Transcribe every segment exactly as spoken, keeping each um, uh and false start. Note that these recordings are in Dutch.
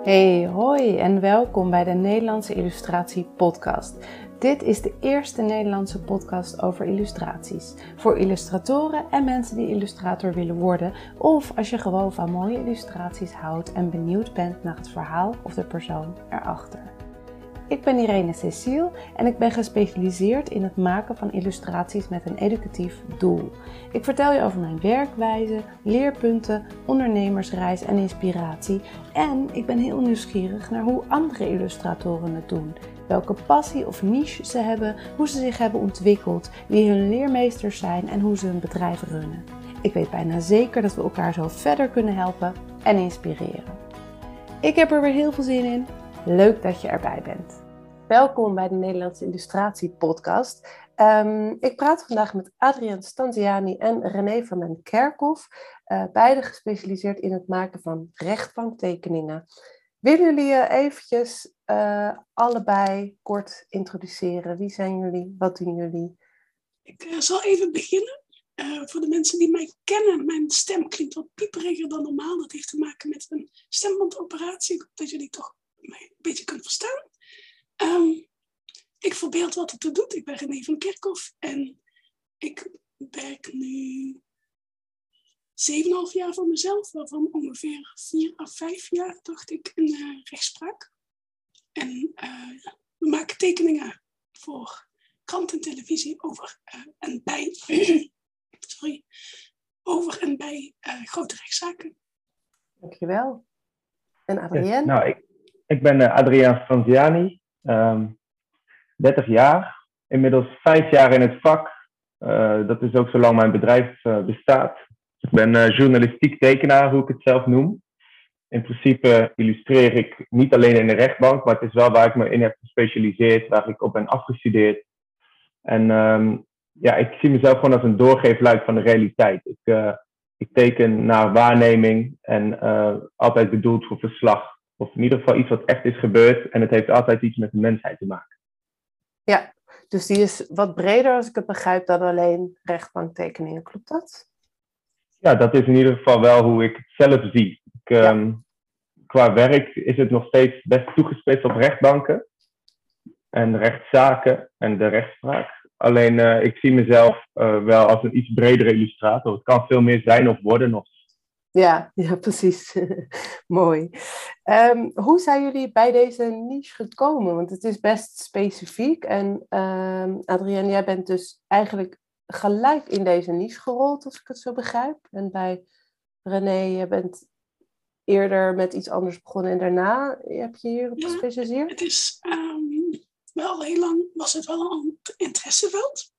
Hey, hoi en welkom bij de Nederlandse Illustratie Podcast. Dit is de eerste Nederlandse podcast over illustraties. Voor illustratoren en mensen die illustrator willen worden. Of als je gewoon van mooie illustraties houdt en benieuwd bent naar het verhaal of de persoon erachter. Ik ben Irene Cecile en ik ben gespecialiseerd in het maken van illustraties met een educatief doel. Ik vertel je over mijn werkwijze, leerpunten, ondernemersreis en inspiratie. En ik ben heel nieuwsgierig naar hoe andere illustratoren het doen. Welke passie of niche ze hebben, hoe ze zich hebben ontwikkeld, wie hun leermeesters zijn en hoe ze hun bedrijf runnen. Ik weet bijna zeker dat we elkaar zo verder kunnen helpen en inspireren. Ik heb er weer heel veel zin in. Leuk dat je erbij bent. Welkom bij de Nederlandse Illustratie Podcast. Um, ik praat vandaag met Adriaan Stanziani en René van den Kerkhof. Uh, beide gespecialiseerd in het maken van rechtbanktekeningen. Willen jullie je eventjes uh, allebei kort introduceren? Wie zijn jullie? Wat doen jullie? Ik uh, zal even beginnen. Uh, voor de mensen die mij kennen, mijn stem klinkt wat pieperiger dan normaal. Dat heeft te maken met een stembandoperatie. Ik hoop dat jullie toch mij een beetje kunnen verstaan. Um, ik verbeeld wat het toe doet. Ik ben René van den Kerkhof en ik werk nu zeven komma vijf jaar voor mezelf, waarvan ongeveer vier à vijf jaar, dacht ik, in uh, rechtspraak. En uh, we maken tekeningen voor krant en televisie over uh, en bij, sorry, over en bij uh, grote rechtszaken. Dankjewel. En Adriaan? Yes, nou, ik, ik ben uh, Adriaan Stanziani, um, dertig jaar, inmiddels vijf jaar in het vak. Uh, dat is ook zolang mijn bedrijf uh, bestaat. Ik ben uh, journalistiek tekenaar, hoe ik het zelf noem. In principe illustreer ik niet alleen in de rechtbank, maar het is wel waar ik me in heb gespecialiseerd, waar ik op ben afgestudeerd. En um, ja, ik zie mezelf gewoon als een doorgeefluik van de realiteit. Ik, uh, ik teken naar waarneming en uh, altijd bedoeld voor verslag. Of in ieder geval iets wat echt is gebeurd en het heeft altijd iets met de mensheid te maken. Ja, dus die is wat breder als ik het begrijp dan alleen rechtbanktekeningen. Klopt dat? Ja, dat is in ieder geval wel hoe ik het zelf zie. Ik, Ja. um, qua werk is het nog steeds best toegespitst op rechtbanken en rechtszaken en de rechtspraak. Alleen uh, ik zie mezelf uh, wel als een iets bredere illustrator. Het kan veel meer zijn of worden nog. Ja, ja, precies. Mooi. Um, hoe zijn jullie bij deze niche gekomen? Want het is best specifiek. En um, Adriaan, jij bent dus eigenlijk gelijk in deze niche gerold, als ik het zo begrijp. En bij René, je bent eerder met iets anders begonnen en daarna heb je hierop Ja, gespecialiseerd? Het is um, wel heel lang, was het wel een interesseveld.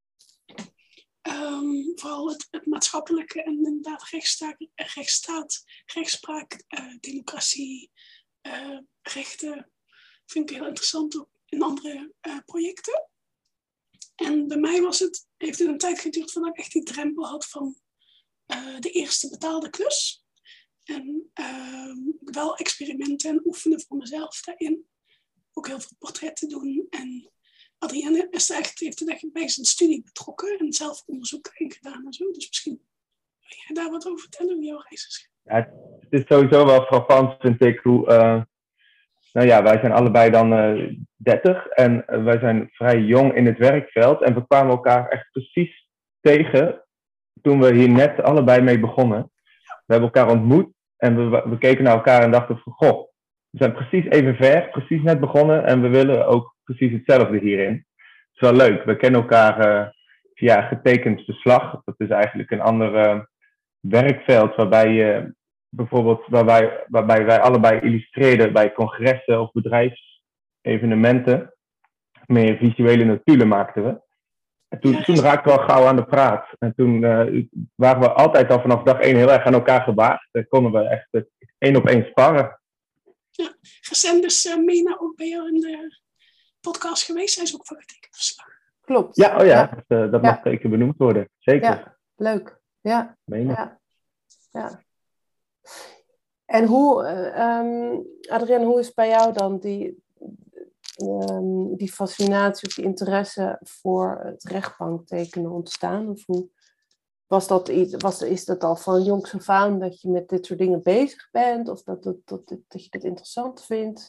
Um, vooral het, het maatschappelijke en inderdaad rechtsstaat, rechtsstaat rechtspraak, uh, democratie, uh, rechten vind ik heel interessant ook in andere uh, projecten. En bij mij was het, heeft het een tijd geduurd voordat ik echt die drempel had van uh, de eerste betaalde klus. En uh, wel experimenten en oefenen voor mezelf daarin. Ook heel veel portretten doen en Adriaan is echt, heeft het echt bij zijn studie betrokken en zelf onderzoek in gedaan en zo. Dus misschien wil jij daar wat over vertellen, hoe jouw reis is. Ja, het is sowieso wel frappant, vind ik, hoe... Uh, nou ja, wij zijn allebei dan uh, dertig en uh, wij zijn vrij jong in het werkveld. En we kwamen elkaar echt precies tegen toen we hier net allebei mee begonnen. We hebben elkaar ontmoet en we, we keken naar elkaar en dachten van, goh, we zijn precies even ver, precies net begonnen en we willen ook precies hetzelfde hierin. Het is wel leuk, we kennen elkaar uh, via getekend verslag. Dat is eigenlijk een ander uh, werkveld waarbij je uh, bijvoorbeeld waarbij, waarbij wij allebei illustreerden bij congressen of bedrijfsevenementen. Meer visuele notulen maakten we. En toen, toen raakten we al gauw aan de praat. En toen uh, waren we altijd al vanaf dag één heel erg aan elkaar gewaagd. Dan konden we echt uh, één op één sparren. Ja, recent is uh, Mena ook bij jou in de podcast geweest. Zij is ook van getekend verslag. Klopt. Ja, oh ja, ja. dat, uh, dat mag ja. zeker benoemd worden. Zeker. Ja, leuk. Ja. Mena. Ja. ja. En hoe, uh, um, Adriaan, hoe is bij jou dan die, um, die fascinatie of die interesse voor het rechtbanktekenen ontstaan? Of hoe Was dat iets, was, is dat al van jongs af aan dat je met dit soort dingen bezig bent? Of dat, dat, dat, dat je dit interessant vindt?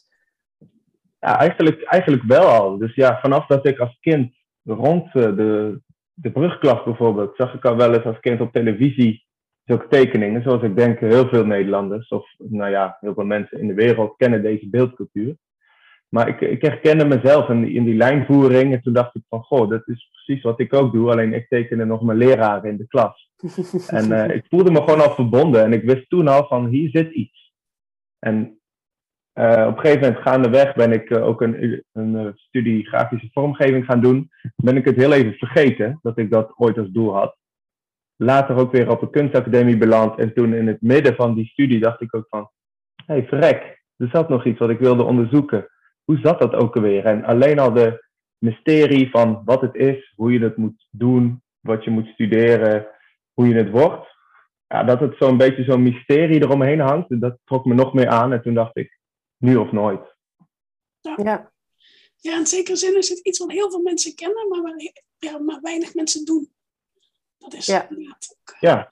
Ja, eigenlijk, eigenlijk wel al. Dus ja, vanaf dat ik als kind rond uh, de, de brugklas bijvoorbeeld, zag ik al wel eens als kind op televisie zulke tekeningen. Zoals ik denk heel veel Nederlanders, of nou ja, heel veel mensen in de wereld kennen deze beeldcultuur. Maar ik, ik herkende mezelf in die, in die lijnvoering. En toen dacht ik van, goh, dat is precies wat ik ook doe. Alleen ik tekende nog mijn leraren in de klas. En uh, ik voelde me gewoon al verbonden. En ik wist toen al van, hier zit iets. En uh, op een gegeven moment gaandeweg ben ik uh, ook een, een uh, studie grafische vormgeving gaan doen. Ben ik het heel even vergeten, dat ik dat ooit als doel had. Later ook weer op een kunstacademie beland. En toen in het midden van die studie dacht ik ook van, hé, hey, verrek. Er zat nog iets wat ik wilde onderzoeken. Hoe zat dat ook alweer? En alleen al de mysterie van wat het is, hoe je het moet doen, wat je moet studeren, hoe je het wordt. Ja, dat het zo'n beetje zo'n mysterie eromheen hangt, dat trok me nog meer aan. En toen dacht ik, nu of nooit. Ja, ja. ja in zekere zin is het iets wat heel veel mensen kennen, maar, ja, maar weinig mensen doen. Dat is ja. inderdaad ook. Ja.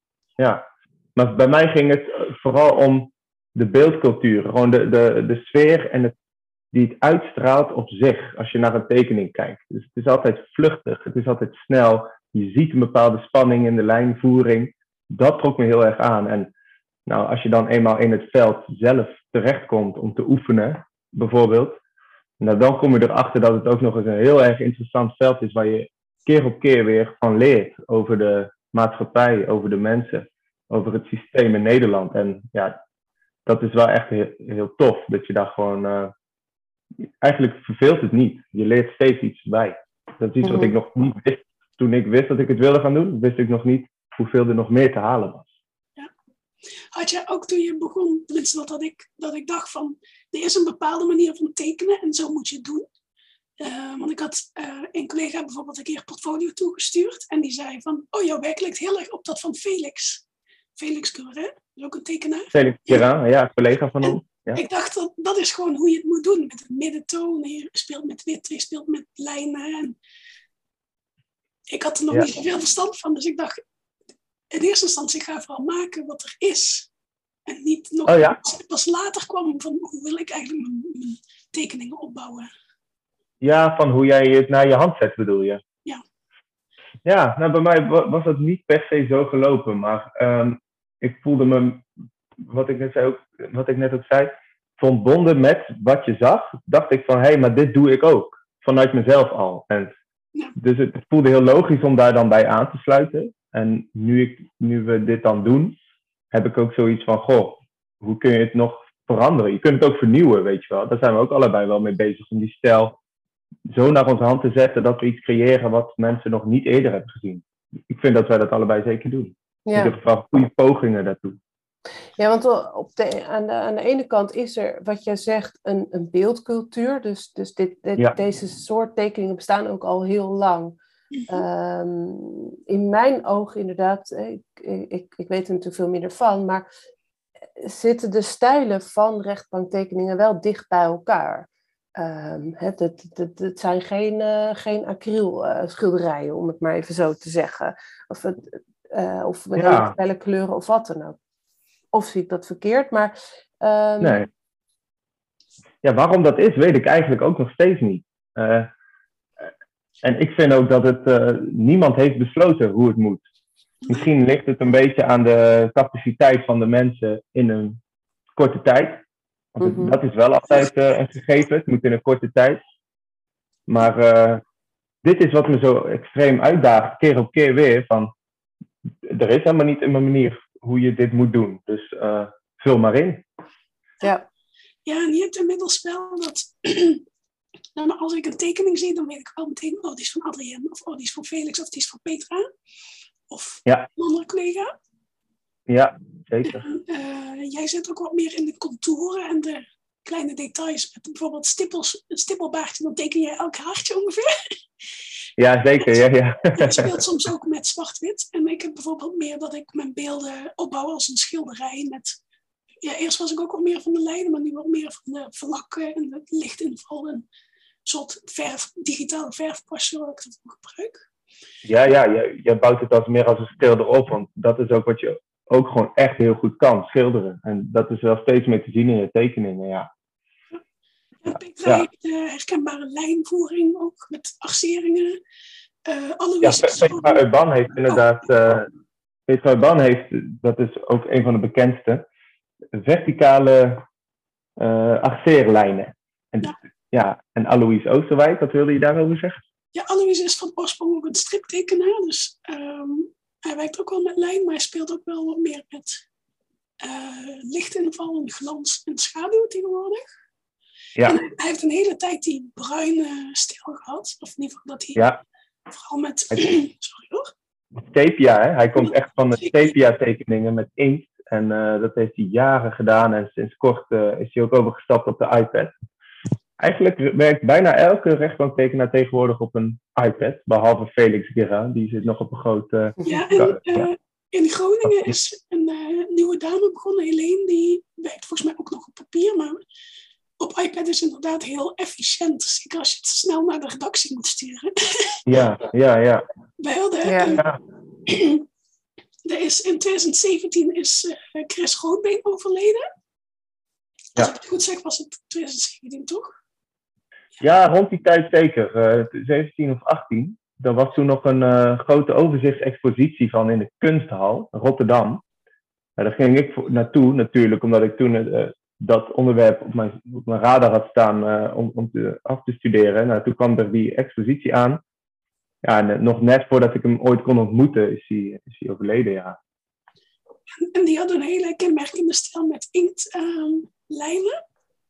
ja, maar bij mij ging het vooral om de beeldcultuur. Gewoon de, de, de sfeer en het die het uitstraalt op zich als je naar een tekening kijkt. Dus het is altijd vluchtig, het is altijd snel. Je ziet een bepaalde spanning in de lijnvoering. Dat trok me heel erg aan. En nou, als je dan eenmaal in het veld zelf terechtkomt om te oefenen, bijvoorbeeld, nou, dan kom je erachter dat het ook nog eens een heel erg interessant veld is waar je keer op keer weer van leert over de maatschappij, over de mensen, over het systeem in Nederland. En ja, dat is wel echt heel, heel tof, dat je daar gewoon... Uh, Eigenlijk verveelt het niet. Je leert steeds iets bij. Dat is iets wat ik nog niet wist. Toen ik wist dat ik het wilde gaan doen, wist ik nog niet hoeveel er nog meer te halen was. Ja. Had je ook toen je begon, tenminste dat, dat, ik, dat ik dacht van, er is een bepaalde manier van tekenen en zo moet je het doen. Uh, want ik had uh, een collega bijvoorbeeld een keer een portfolio toegestuurd en die zei van, oh jouw werk lijkt heel erg op dat van Felix. Felix Keur, hè? Dat is ook een tekenaar. Felix Keran, ja, ja, collega van ons. Ja. Ik dacht, dat, dat is gewoon hoe je het moet doen. Met een middentoon. Je speelt met wit, je speelt met lijnen. En ik had er nog ja. niet zoveel verstand van. Dus ik dacht, in eerste instantie ga vooral maken wat er is. En niet nog... Oh, ja? Pas later kwam van, hoe wil ik eigenlijk mijn, mijn tekeningen opbouwen. Ja, van hoe jij het naar je hand zet, bedoel je? Ja. Ja, nou bij mij was dat niet per se zo gelopen. Maar um, ik voelde me... Wat ik, net zei ook, wat ik net ook zei, verbonden met wat je zag, dacht ik van, hé, hey, maar dit doe ik ook. Vanuit mezelf al. En ja. Dus het voelde heel logisch om daar dan bij aan te sluiten. En nu, ik, nu we dit dan doen, heb ik ook zoiets van, goh, hoe kun je het nog veranderen? Je kunt het ook vernieuwen, weet je wel. Daar zijn we ook allebei wel mee bezig, om die stijl zo naar onze hand te zetten, dat we iets creëren wat mensen nog niet eerder hebben gezien. Ik vind dat wij dat allebei zeker doen. Ja. In ieder geval goede pogingen daartoe. Ja, want op de, aan, de, aan de ene kant is er, wat jij zegt, een, een beeldcultuur. Dus, dus dit, dit, ja. deze soort tekeningen bestaan ook al heel lang. Um, in mijn ogen inderdaad, ik, ik, ik weet er natuurlijk veel meer van, maar zitten de stijlen van rechtbanktekeningen wel dicht bij elkaar. Um, het, het, het, het zijn geen, uh, geen acrylschilderijen, uh, om het maar even zo te zeggen. Of, het, uh, of met ja. hele felle kleuren of wat dan ook. Of zie ik dat verkeerd, maar... Um... Nee. Ja, waarom dat is, weet ik eigenlijk ook nog steeds niet. Uh, en ik vind ook dat het... Uh, niemand heeft besloten hoe het moet. Misschien ligt het een beetje aan de capaciteit van de mensen in een korte tijd. Want het, mm-hmm. dat is wel altijd uh, een gegeven. Het moet in een korte tijd. Maar uh, dit is wat me zo extreem uitdaagt, keer op keer weer. Van, er is helemaal niet een manier hoe je dit moet doen. Dus uh, vul maar in. Ja. Ja, en je hebt inmiddels wel dat... nou, maar als ik een tekening zie, dan weet ik wel meteen... oh, die is van Adrienne, of oh, die is van Felix, of die is van Petra. Of ja. een andere collega. Ja, zeker. En, uh, jij zit ook wat meer in de contouren en de kleine details. Met bijvoorbeeld stippels, een stippelbaardje, dan teken jij elk hartje ongeveer. Ja, zeker. Ja, ja. Je speelt soms ook met zwart-wit. En ik heb bijvoorbeeld meer dat ik mijn beelden opbouw als een schilderij. Met, ja, eerst was ik ook wat meer van de lijnen, maar nu wat meer van de vlakken en het lichtinval. Een soort verf, digitale verfpasje waar ik dat voor gebruik. Ja, ja, je, je bouwt het als meer als een schilder op, want dat is ook wat je ook gewoon echt heel goed kan, schilderen. En dat is wel steeds meer te zien in je tekeningen, ja. En Petra Ja. heeft uh, herkenbare lijnvoering, ook met arceringen. Uh, ja, Petra Urban heeft inderdaad, uh, Petra Urban heeft, dat is ook een van de bekendste, verticale uh, arceerlijnen. En, ja. ja, en Alois Oosterwijk, wat wilde je daarover zeggen? Ja, Alois is van oorsprong ook een striptekenaar, dus um, hij werkt ook wel met lijn, maar hij speelt ook wel wat meer met uh, lichtinval en glans en schaduw tegenwoordig. Ja. En hij heeft een hele tijd die bruine stijl gehad, of in ieder geval dat hij ja. vooral met, sorry hoor. Sepia, hè? Hij komt echt van de sepia tekeningen met inkt en uh, dat heeft hij jaren gedaan en sinds kort uh, is hij ook overgestapt op de iPad. Eigenlijk werkt bijna elke rechtbanktekenaar tegenwoordig op een iPad, behalve Felix Guerra, die zit nog op een grote... Uh, ja, en uh, ja. in Groningen is een uh, nieuwe dame begonnen, Helene, die werkt volgens mij ook nog op papier, maar op iPad is inderdaad heel efficiënt, zeker als je het snel naar de redactie moet sturen. Ja, ja, ja. Wij hadden... Ja. Uh, er is, in twintig zeventien is uh, Chris Grootbeen overleden. Als ja. ik het goed zeg, was het twintig zeventien, toch? Ja, rond die tijd zeker. Uh, zeventien of achttien. Er was toen nog een uh, grote overzichtsexpositie van in de Kunsthal, Rotterdam. Uh, daar ging ik voor, naartoe natuurlijk, omdat ik toen uh, dat onderwerp op mijn, op mijn radar had staan uh, om, om te, af te studeren. Nou, toen kwam er die expositie aan. Ja, en uh, nog net voordat ik hem ooit kon ontmoeten, is hij, is hij overleden, ja. En die hadden een hele kenmerkende stijl met inktlijnen. Uh,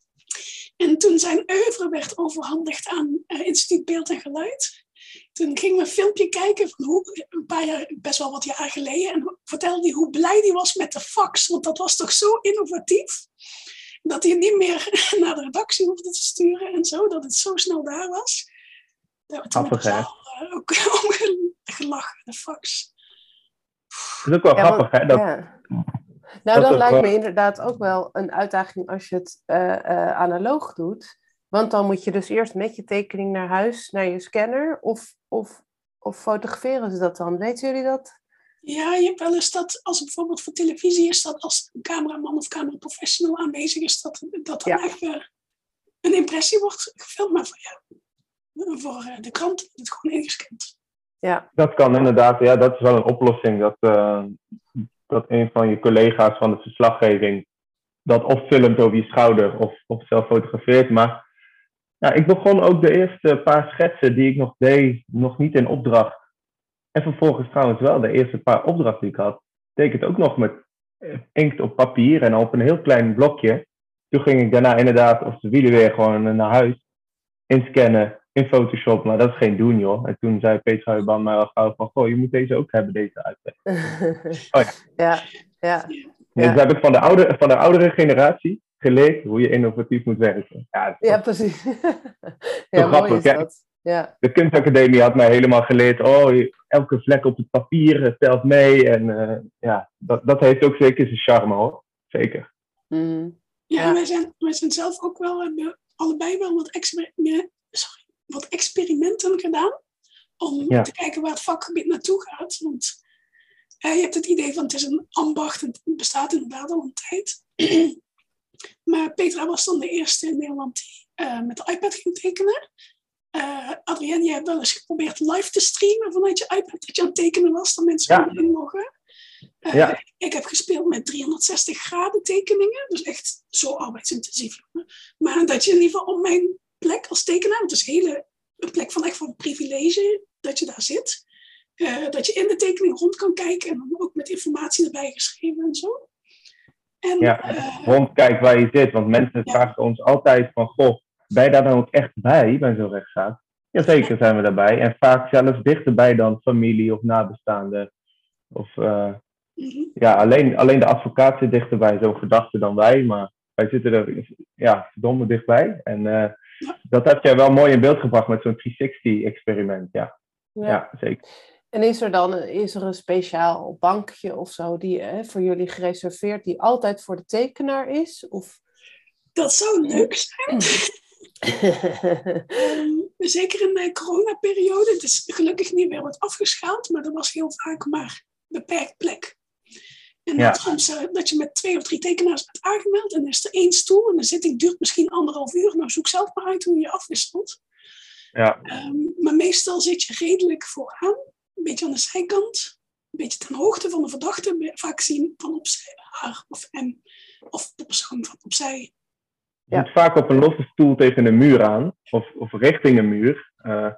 En toen zijn oeuvre werd overhandigd aan uh, Instituut Beeld en Geluid. Toen gingen we een filmpje kijken van hoe, een paar jaar, best wel wat jaar geleden. En vertelde hij hoe blij hij was met de fax. Want dat was toch zo innovatief. Dat hij niet meer naar de redactie hoefde te sturen en zo. Dat het zo snel daar was. Daar hebben we toen al, uh, ook om gelachen, de fax. Dat is ook wel ja, grappig, hè? Dat... Ja. Nou, dat, dat lijkt wel... me inderdaad ook wel een uitdaging als je het uh, uh, analoog doet. Want dan moet je dus eerst met je tekening naar huis, naar je scanner. Of, of, of fotograferen ze dat dan? Weten jullie dat? Ja, je hebt wel eens dat, als het bijvoorbeeld voor televisie is, dat als een cameraman of cameraprofessional aanwezig is, dat, dat dan ja. even een impressie wordt gefilmd. Maar voor, ja, voor uh, de krant wordt het gewoon ingescand. Ja. Dat kan inderdaad, ja, dat is wel een oplossing. Dat... Uh... dat een van je collega's van de verslaggeving dat of filmt over je schouder of, of zelf fotografeert. Maar ja, ik begon ook de eerste paar schetsen die ik nog deed, nog niet in opdracht. En vervolgens trouwens wel de eerste paar opdrachten die ik had, deed ik het ook nog met inkt op papier en op een heel klein blokje. Toen ging ik daarna inderdaad, of de wielen weer gewoon naar huis, inscannen in Photoshop, maar dat is geen doen, joh. En toen zei Petra Urban mij al gauw van, goh, je moet deze ook hebben, deze uitleg. Oh ja. Ja, ja. Dus ja. heb ik van de, oude, van de oudere generatie geleerd hoe je innovatief moet werken. Ja, ja precies. ja, mooi is dat. Ja. De kunstacademie had mij helemaal geleerd, oh, elke vlek op het papier telt mee. En uh, ja, dat, dat heeft ook zeker zijn charme, hoor. Zeker. Mm. Ja, ja. Wij, zijn, wij zijn zelf ook wel, hebben allebei wel wat experimenten, sorry, wat experimenten gedaan. Om ja. te kijken waar het vakgebied naartoe gaat. Want uh, je hebt het idee van het is een ambacht. Het bestaat inderdaad al een tijd. Maar Petra was dan de eerste in Nederland die uh, met de iPad ging tekenen. Uh, Adrienne, jij hebt wel eens geprobeerd live te streamen vanuit je iPad. Dat je aan het tekenen was, dat mensen ja. konden inloggen. Uh, ja. Ik heb gespeeld met driehonderdzestig graden tekeningen. Dus echt zo arbeidsintensief. Maar dat je in ieder geval op mijn plek als tekenaar, want het is een, hele, een plek van echt van privilege dat je daar zit. Uh, dat je in de tekening rond kan kijken en dan ook met informatie erbij geschreven en zo. En, ja, uh, rondkijk waar je zit. Want mensen ja. vragen ons altijd van, goh, ben je daar dan ook echt bij, bij zo'n rechtszaak? Jazeker zijn we daarbij. En vaak zelfs dichterbij dan familie of nabestaanden. Of uh, mm-hmm. ja, alleen, alleen de advocaat zit dichterbij, zo'n verdachte dan wij. Maar wij zitten er ja, verdomme dichtbij. En uh, ja. dat heb jij wel mooi in beeld gebracht met zo'n driehonderdzestig-experiment. Ja. Ja. ja, zeker. En is er dan is er een speciaal bankje of zo die eh, voor jullie gereserveerd, die altijd voor de tekenaar is? Of... Dat zou leuk zijn. um, zeker in de coronaperiode. Het is gelukkig niet meer wat afgeschaald, maar er was heel vaak maar beperkt plek. En Ja. dat, soms, uh, dat je met twee of drie tekenaars bent aangemeld en er is er één stoel en de zitting duurt misschien anderhalf uur. Nou, zoek zelf maar uit hoe je afwisselt. Ja. Um, maar meestal zit je redelijk vooraan, een beetje aan de zijkant, een beetje ten hoogte van de verdachte, vaak zien van opzij, haar of hem, of de persoon van opzij. Je moet vaak op een losse stoel tegen een muur aan, of, of richting een muur. Uh,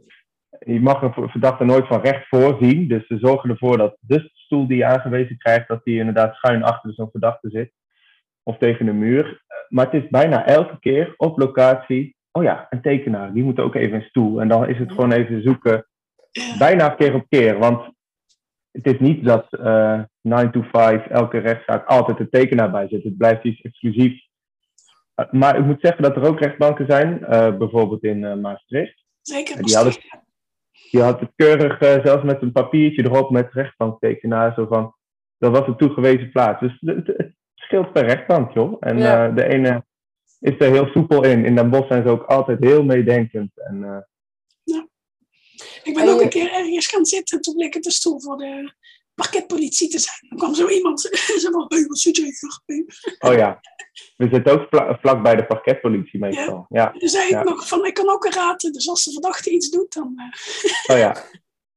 je mag een verdachte nooit van rechts voor zien, dus we zorgen ervoor dat de stoel die je aangewezen krijgt, dat die inderdaad schuin achter zo'n verdachte zit, of tegen een muur. Maar het is bijna elke keer op locatie, oh ja, een tekenaar, die moet ook even een stoel. En dan is het gewoon even zoeken, bijna keer op keer, want het is niet dat uh, nine to five elke rechtszaak altijd een tekenaar bij zit. Het blijft iets exclusiefs. Uh, maar ik moet zeggen dat er ook rechtbanken zijn, uh, bijvoorbeeld in uh, Maastricht. Zeker. Die hadden, die had het keurig, uh, zelfs met een papiertje erop met rechtbanktekenaar, zo van, dat was een toegewezen plaats. Dus het, het scheelt per rechtbank, joh. En ja. uh, de ene is er heel soepel in. In Den Bosch zijn ze ook altijd heel meedenkend. En, uh, ja. Ik ben ook een keer ergens gaan zitten en toen bleek het de stoel voor de parketpolitie te zijn. Dan kwam zo iemand en zei van, hey, wat zit je hier? Oh ja, we zitten ook vlak, vlak bij de parketpolitie meestal. Ja. Ja. Dan zei ja. ik nog van, ik kan ook raten, dus als de verdachte iets doet, dan... Uh... Oh ja.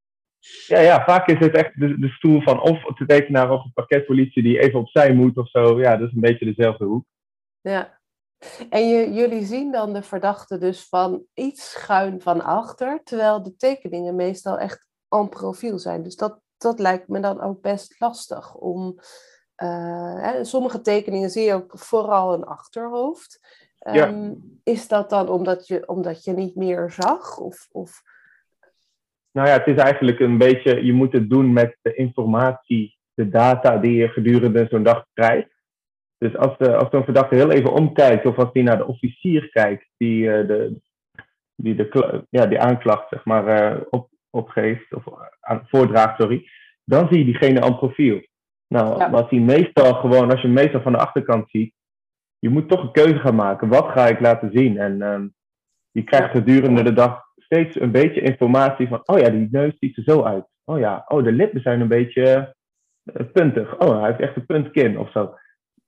Ja, ja, vaak is het echt de, de stoel van of de tekenaar of de parketpolitie die even opzij moet of zo. Ja, dat is een beetje dezelfde hoek. Ja. En je, jullie zien dan de verdachte dus van iets schuin van achter, terwijl de tekeningen meestal echt en profiel zijn. Dus dat, dat lijkt me dan ook best lastig om... Uh, hè, sommige tekeningen zie je ook vooral een achterhoofd. Um, ja. Is dat dan omdat je, omdat je niet meer zag? Of, of... Nou ja, het is eigenlijk een beetje... Je moet het doen met de informatie, de data die je gedurende zo'n dag krijgt. Dus als, de, als zo'n verdachte heel even omkijkt, of als hij naar de officier kijkt, die uh, de, die, de, ja, die aanklacht zeg maar, uh, op, opgeeft, of aan, voordraagt, sorry, dan zie je diegene aan profiel. Nou, ja. als, hij meestal gewoon, als je hem meestal van de achterkant ziet, je moet toch een keuze gaan maken. Wat ga ik laten zien? En um, je krijgt gedurende de dag steeds een beetje informatie van, oh ja, die neus ziet er zo uit. Oh ja, oh, de lippen zijn een beetje uh, puntig. Oh, hij heeft echt een puntkin of zo.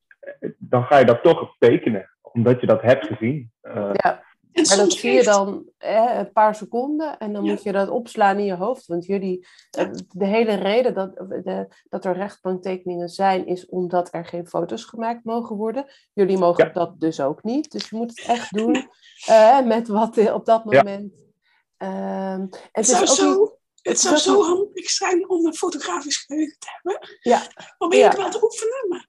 Dan ga je dat toch tekenen, omdat je dat hebt gezien. Uh, ja, maar dat zie je dan hè, een paar seconden en dan ja. moet je dat opslaan in je hoofd. Want jullie, ja. de hele reden dat, de, dat er rechtbanktekeningen zijn, is omdat er geen foto's gemaakt mogen worden. Jullie mogen ja. dat dus ook niet. Dus je moet het echt doen uh, met wat op dat moment. Ja. Um, het zou, zo, niet, het zou zo niet... handig zijn om een fotografisch geheugen te hebben. Ja. Probeer ja. ik wel te oefenen, maar...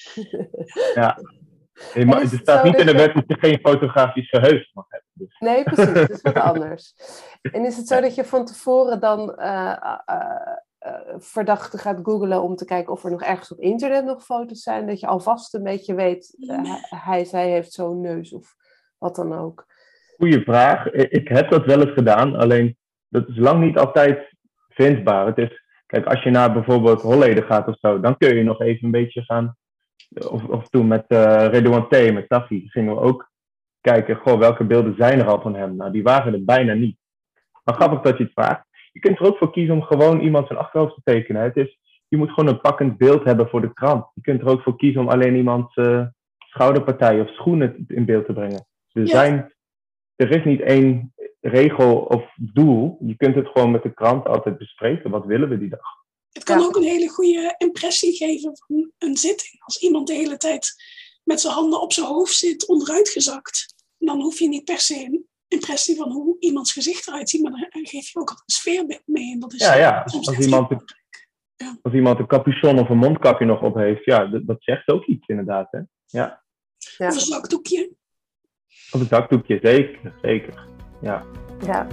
Ja, hey, maar, er staat niet in de wet dat je geen fotografisch geheugen mag hebben. Dus. Nee, precies, dat is wat anders. En is het zo dat je van tevoren dan uh, uh, uh, verdachte gaat googlen om te kijken of er nog ergens op internet nog foto's zijn, dat je alvast een beetje weet, uh, hij, zij heeft zo'n neus of wat dan ook? Goeie vraag. Ik heb dat wel eens gedaan, alleen dat is lang niet altijd vindbaar. Het is, kijk, als je naar bijvoorbeeld Holleden gaat of zo, dan kun je nog even een beetje gaan... Of, of toen met uh, Redouan T, met Tafi, gingen we ook kijken, goh, welke beelden zijn er al van hem? Nou, die waren er bijna niet. Maar grappig dat je het vraagt. Je kunt er ook voor kiezen om gewoon iemand zijn achterhoofd te tekenen. Het is, je moet gewoon een pakkend beeld hebben voor de krant. Je kunt er ook voor kiezen om alleen iemands uh, schouderpartij of schoenen in beeld te brengen. Er, zijn, er is niet één regel of doel. Je kunt het gewoon met de krant altijd bespreken. Wat willen we die dag? Het kan ja. ook een hele goede impressie geven van een zitting. Als iemand de hele tijd met zijn handen op zijn hoofd zit, onderuitgezakt, dan hoef je niet per se een impressie van hoe iemands gezicht eruit ziet, maar dan geef je ook al een sfeerbeeld mee. En dat is ja, ja. Als, iemand een, ja. als iemand een capuchon of een mondkapje nog op heeft, ja, dat, dat zegt ook iets inderdaad. Hè? Ja. Ja. Of een zakdoekje. Of een zakdoekje, zeker. zeker. Ja. ja.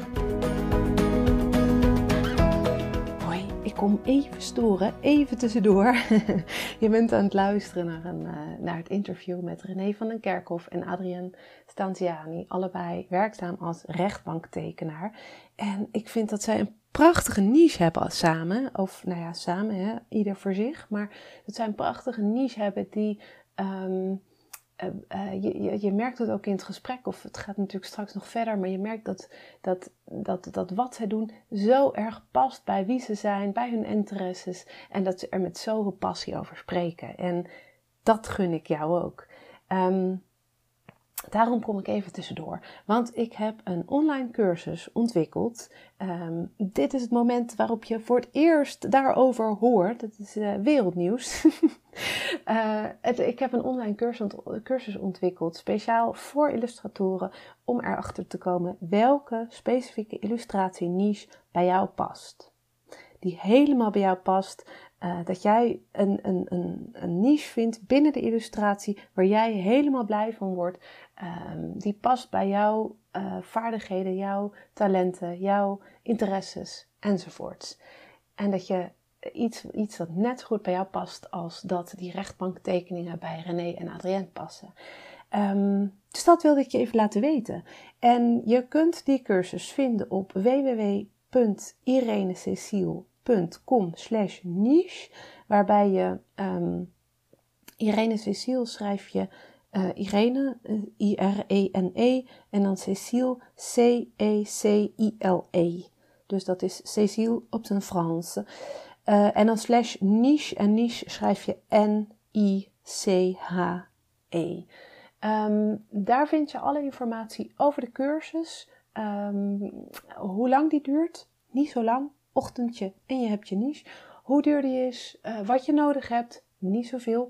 Ik kom even storen, even tussendoor. Je bent aan het luisteren naar, een, uh, naar het interview met René van den Kerkhof en Adriaan Stanziani. Allebei werkzaam als rechtbanktekenaar. En ik vind dat zij een prachtige niche hebben samen. Of nou ja, samen, hè, ieder voor zich. Maar dat zij een prachtige niche hebben die... Um, uh, uh, je, je, je merkt het ook in het gesprek, of het gaat natuurlijk straks nog verder, maar je merkt dat, dat, dat, dat wat zij doen zo erg past bij wie ze zijn, bij hun interesses, en dat ze er met zoveel passie over spreken. En dat gun ik jou ook. Um, Daarom kom ik even tussendoor, want ik heb een online cursus ontwikkeld. Um, dit is het moment waarop je voor het eerst daarover hoort. Het is uh, wereldnieuws. uh, het, ik heb een online cursus, cursus ontwikkeld, speciaal voor illustratoren, om erachter te komen welke specifieke illustratieniche bij jou past. Die helemaal bij jou past. Uh, dat jij een, een, een, een niche vindt binnen de illustratie waar jij helemaal blij van wordt. Um, die past bij jouw uh, vaardigheden, jouw talenten, jouw interesses enzovoorts. En dat je iets, iets dat net zo goed bij jou past als dat die rechtbanktekeningen bij René en Adrienne passen. Um, dus dat wilde ik je even laten weten. En je kunt die cursus vinden op w w w punt irenececiel punt com slash niche, waarbij je um, Irene Ceciel schrijf je uh, Irene, uh, I R E N E, en dan Ceciel, C E C I L E. Dus dat is Ceciel op zijn Frans. Uh, en dan slash niche, en niche schrijf je N I C H E. Um, daar vind je alle informatie over de cursus. Um, hoe lang die duurt? Niet zo lang. Ochtendje en je hebt je niche. Hoe duur die is, uh, wat je nodig hebt, niet zoveel.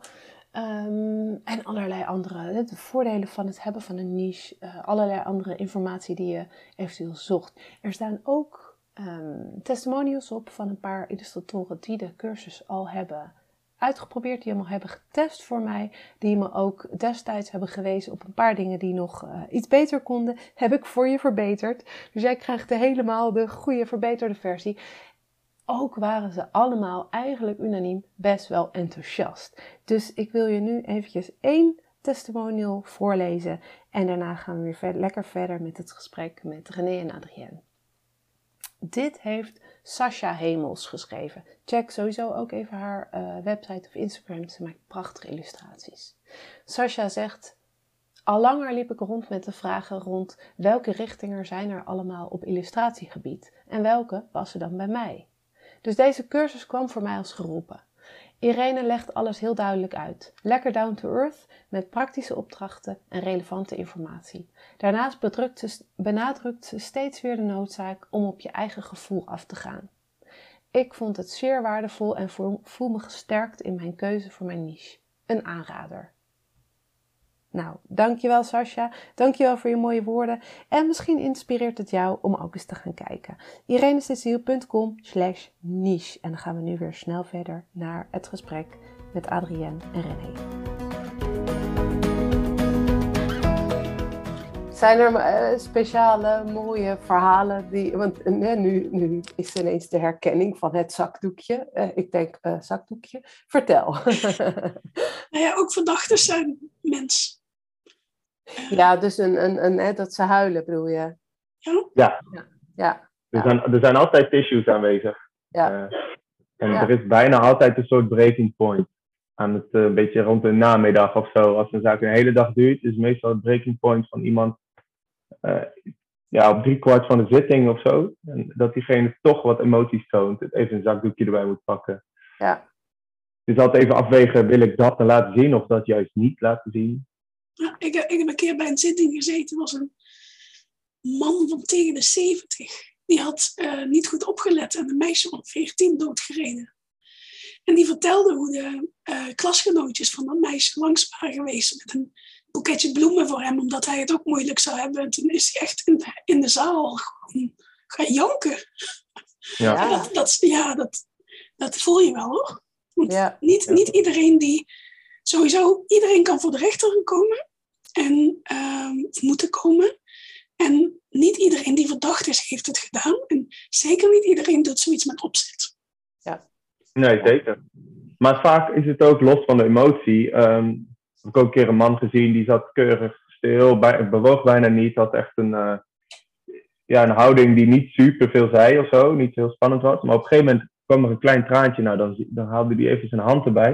Um, en allerlei andere, de voordelen van het hebben van een niche. Uh, allerlei andere informatie die je eventueel zocht. Er staan ook um, testimonials op van een paar illustratoren die de cursus al hebben uitgeprobeerd. Die helemaal hebben getest voor mij. Die me ook destijds hebben gewezen op een paar dingen die nog uh, iets beter konden. Heb ik voor je verbeterd. Dus jij krijgt de helemaal de goede verbeterde versie. Ook waren ze allemaal eigenlijk unaniem best wel enthousiast. Dus ik wil je nu eventjes één testimonial voorlezen. En daarna gaan we weer ver- lekker verder met het gesprek met René en Adrienne. Dit heeft Sascha Hemels geschreven. Check sowieso ook even haar uh, website of Instagram. Ze maakt prachtige illustraties. Sascha zegt: al langer liep ik rond met de vragen rond welke richtingen zijn er allemaal op illustratiegebied en welke passen dan bij mij. Dus deze cursus kwam voor mij als geroepen. Irene legt alles heel duidelijk uit. Lekker down to earth, met praktische opdrachten en relevante informatie. Daarnaast bedrukt ze, benadrukt ze steeds weer de noodzaak om op je eigen gevoel af te gaan. Ik vond het zeer waardevol en voel, voel me gesterkt in mijn keuze voor mijn niche. Een aanrader. Nou, dankjewel Sascha, dankjewel voor je mooie woorden en misschien inspireert het jou om ook eens te gaan kijken. irenececiel punt com slash niche. En dan gaan we nu weer snel verder naar het gesprek met Adrienne en René. Zijn er uh, speciale mooie verhalen die, want uh, nu, nu is ineens de herkenning van het zakdoekje. Uh, ik denk uh, zakdoekje. Vertel. Nou ja, ook verdachten zijn mens. Ja, dus een, een, een, hè, dat ze huilen, bedoel je? Ja. Ja. Ja. Ja. Er, zijn, er zijn altijd tissues aanwezig. Ja. Uh, en Ja. er is bijna altijd een soort breaking point. Aan het uh, beetje rond de namiddag of zo. Als een zaak een hele dag duurt, is meestal het breaking point van iemand uh, ja, op drie kwart van de zitting of zo. En dat diegene toch wat emoties toont. Even een zakdoekje erbij moet pakken. Ja. Dus altijd even afwegen, wil ik dat dan laten zien of dat juist niet laten zien? Ja, ik, ik heb een keer bij een zitting gezeten. was een man van tegen de zeventig. Die had uh, niet goed opgelet en een meisje van veertien doodgereden. En die vertelde hoe de uh, klasgenootjes van dat meisje langs waren geweest met een boeketje bloemen voor hem, omdat hij het ook moeilijk zou hebben. En toen is hij echt in de, in de zaal gewoon gaan janken. Ja, ja. Dat, dat, ja dat, dat voel je wel hoor. Want Ja. niet, Ja. niet iedereen die... Sowieso, iedereen kan voor de rechter komen. En uh, moeten komen. En niet iedereen die verdacht is, heeft het gedaan. En zeker niet iedereen doet zoiets met opzet. Ja. Nee, zeker. Maar vaak is het ook los van de emotie. Um, heb ik ook een keer een man gezien, die zat keurig stil, bij, bewoog bijna niet, had echt een, uh, ja, een houding die niet super veel zei of zo, niet heel spannend was. Maar op een gegeven moment kwam er een klein traantje, nou dan, dan haalde hij even zijn hand erbij.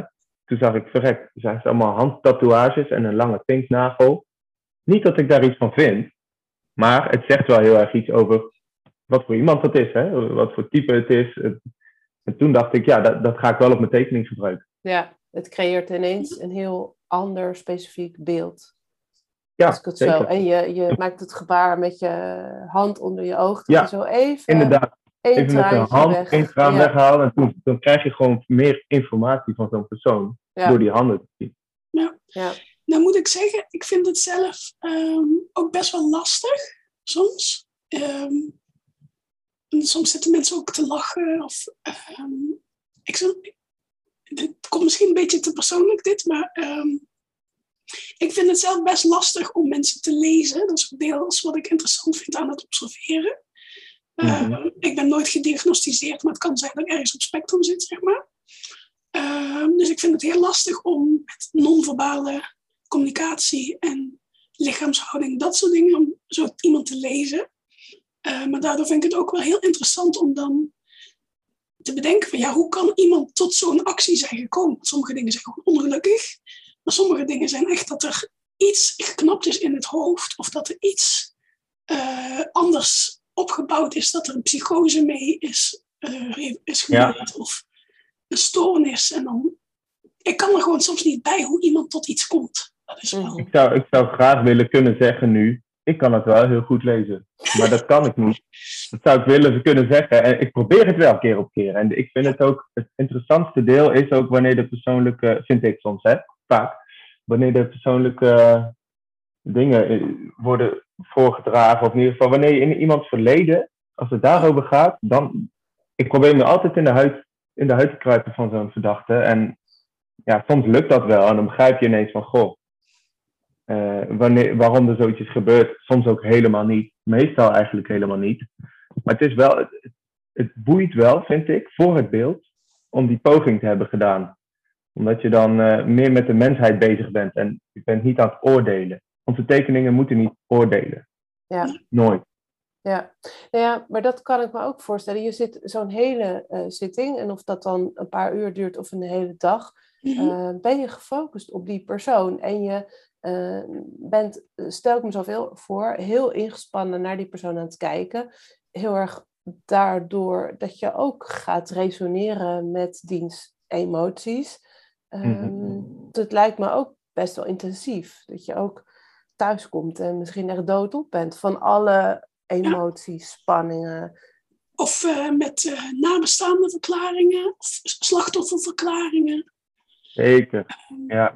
toen zag ik, verrek, er zijn allemaal handtatoeages en een lange pinknagel. Niet dat ik daar iets van vind, maar het zegt wel heel erg iets over wat voor iemand dat is, hè? Wat voor type het is. En toen dacht ik, ja, dat, dat ga ik wel op mijn tekening gebruiken. Ja, het creëert ineens een heel ander specifiek beeld. Ja, als ik het zeker. Zo. En je, je maakt het gebaar met je hand onder je oog. Dat Ja, je zo even, inderdaad. één Even met de traantje hand weg. één traan Ja. weghalen. En toen, dan krijg je gewoon meer informatie van zo'n persoon. Ja. Door die handen te zien. Ja. Ja. Nou moet ik zeggen, ik vind het zelf um, ook best wel lastig, soms. Um, en soms zitten mensen ook te lachen. Of, um, ik zou, het komt misschien een beetje te persoonlijk dit, maar um, ik vind het zelf best lastig om mensen te lezen. Dat is ook deels wat ik interessant vind aan het observeren. Mm-hmm. Uh, ik ben nooit gediagnosticeerd, maar het kan zijn dat ik ergens op spectrum zit, zeg maar. Uh, dus ik vind het heel lastig om met non-verbale communicatie en lichaamshouding, dat soort dingen, om zo iemand te lezen. Uh, maar daardoor vind ik het ook wel heel interessant om dan te bedenken van ja, hoe kan iemand tot zo'n actie zijn gekomen? Sommige dingen zijn gewoon ongelukkig, maar sommige dingen zijn echt dat er iets geknapt is in het hoofd of dat er iets uh, anders opgebouwd is, dat er een psychose mee is, uh, is gebeurd ja. Of een stoornis. En dan, ik kan er gewoon soms niet bij hoe iemand tot iets komt. Dat is wel... ik, zou, ik zou graag willen kunnen zeggen nu, ik kan het wel heel goed lezen. Maar dat kan ik niet. Dat zou ik willen kunnen zeggen. En ik probeer het wel keer op keer. En ik vind het ook, het interessantste deel is ook wanneer de persoonlijke, vind ik soms, hè, vaak, wanneer de persoonlijke dingen worden voorgedragen. Of in ieder geval, wanneer je in iemands verleden, als het daarover gaat, dan, ik probeer me altijd in de huid, in de huid te kruipen van zo'n verdachte. En ja, soms lukt dat wel. En dan begrijp je ineens van, goh, Uh, wanneer, waarom er zoiets is gebeurd, soms ook helemaal niet. Meestal eigenlijk helemaal niet. Maar het is wel, het, het boeit wel, vind ik, voor het beeld, om die poging te hebben gedaan. Omdat je dan uh, meer met de mensheid bezig bent en je bent niet aan het oordelen. Onze tekeningen moeten niet oordelen. Ja. Nooit. Ja. Nou ja, maar dat kan ik me ook voorstellen. Je zit zo'n hele uh, zitting, en of dat dan een paar uur duurt of een hele dag, uh, ben je gefocust op die persoon. En je uh, bent, stel ik me zoveel voor, heel ingespannen naar die persoon aan het kijken. Heel erg daardoor dat je ook gaat resoneren met diens emoties. Um, mm-hmm. Het lijkt me ook best wel intensief. Dat je ook thuis komt en misschien echt doodop bent van alle emoties, ja. Spanningen. Of uh, met uh, nabestaande verklaringen, of slachtofferverklaringen. Zeker, ja.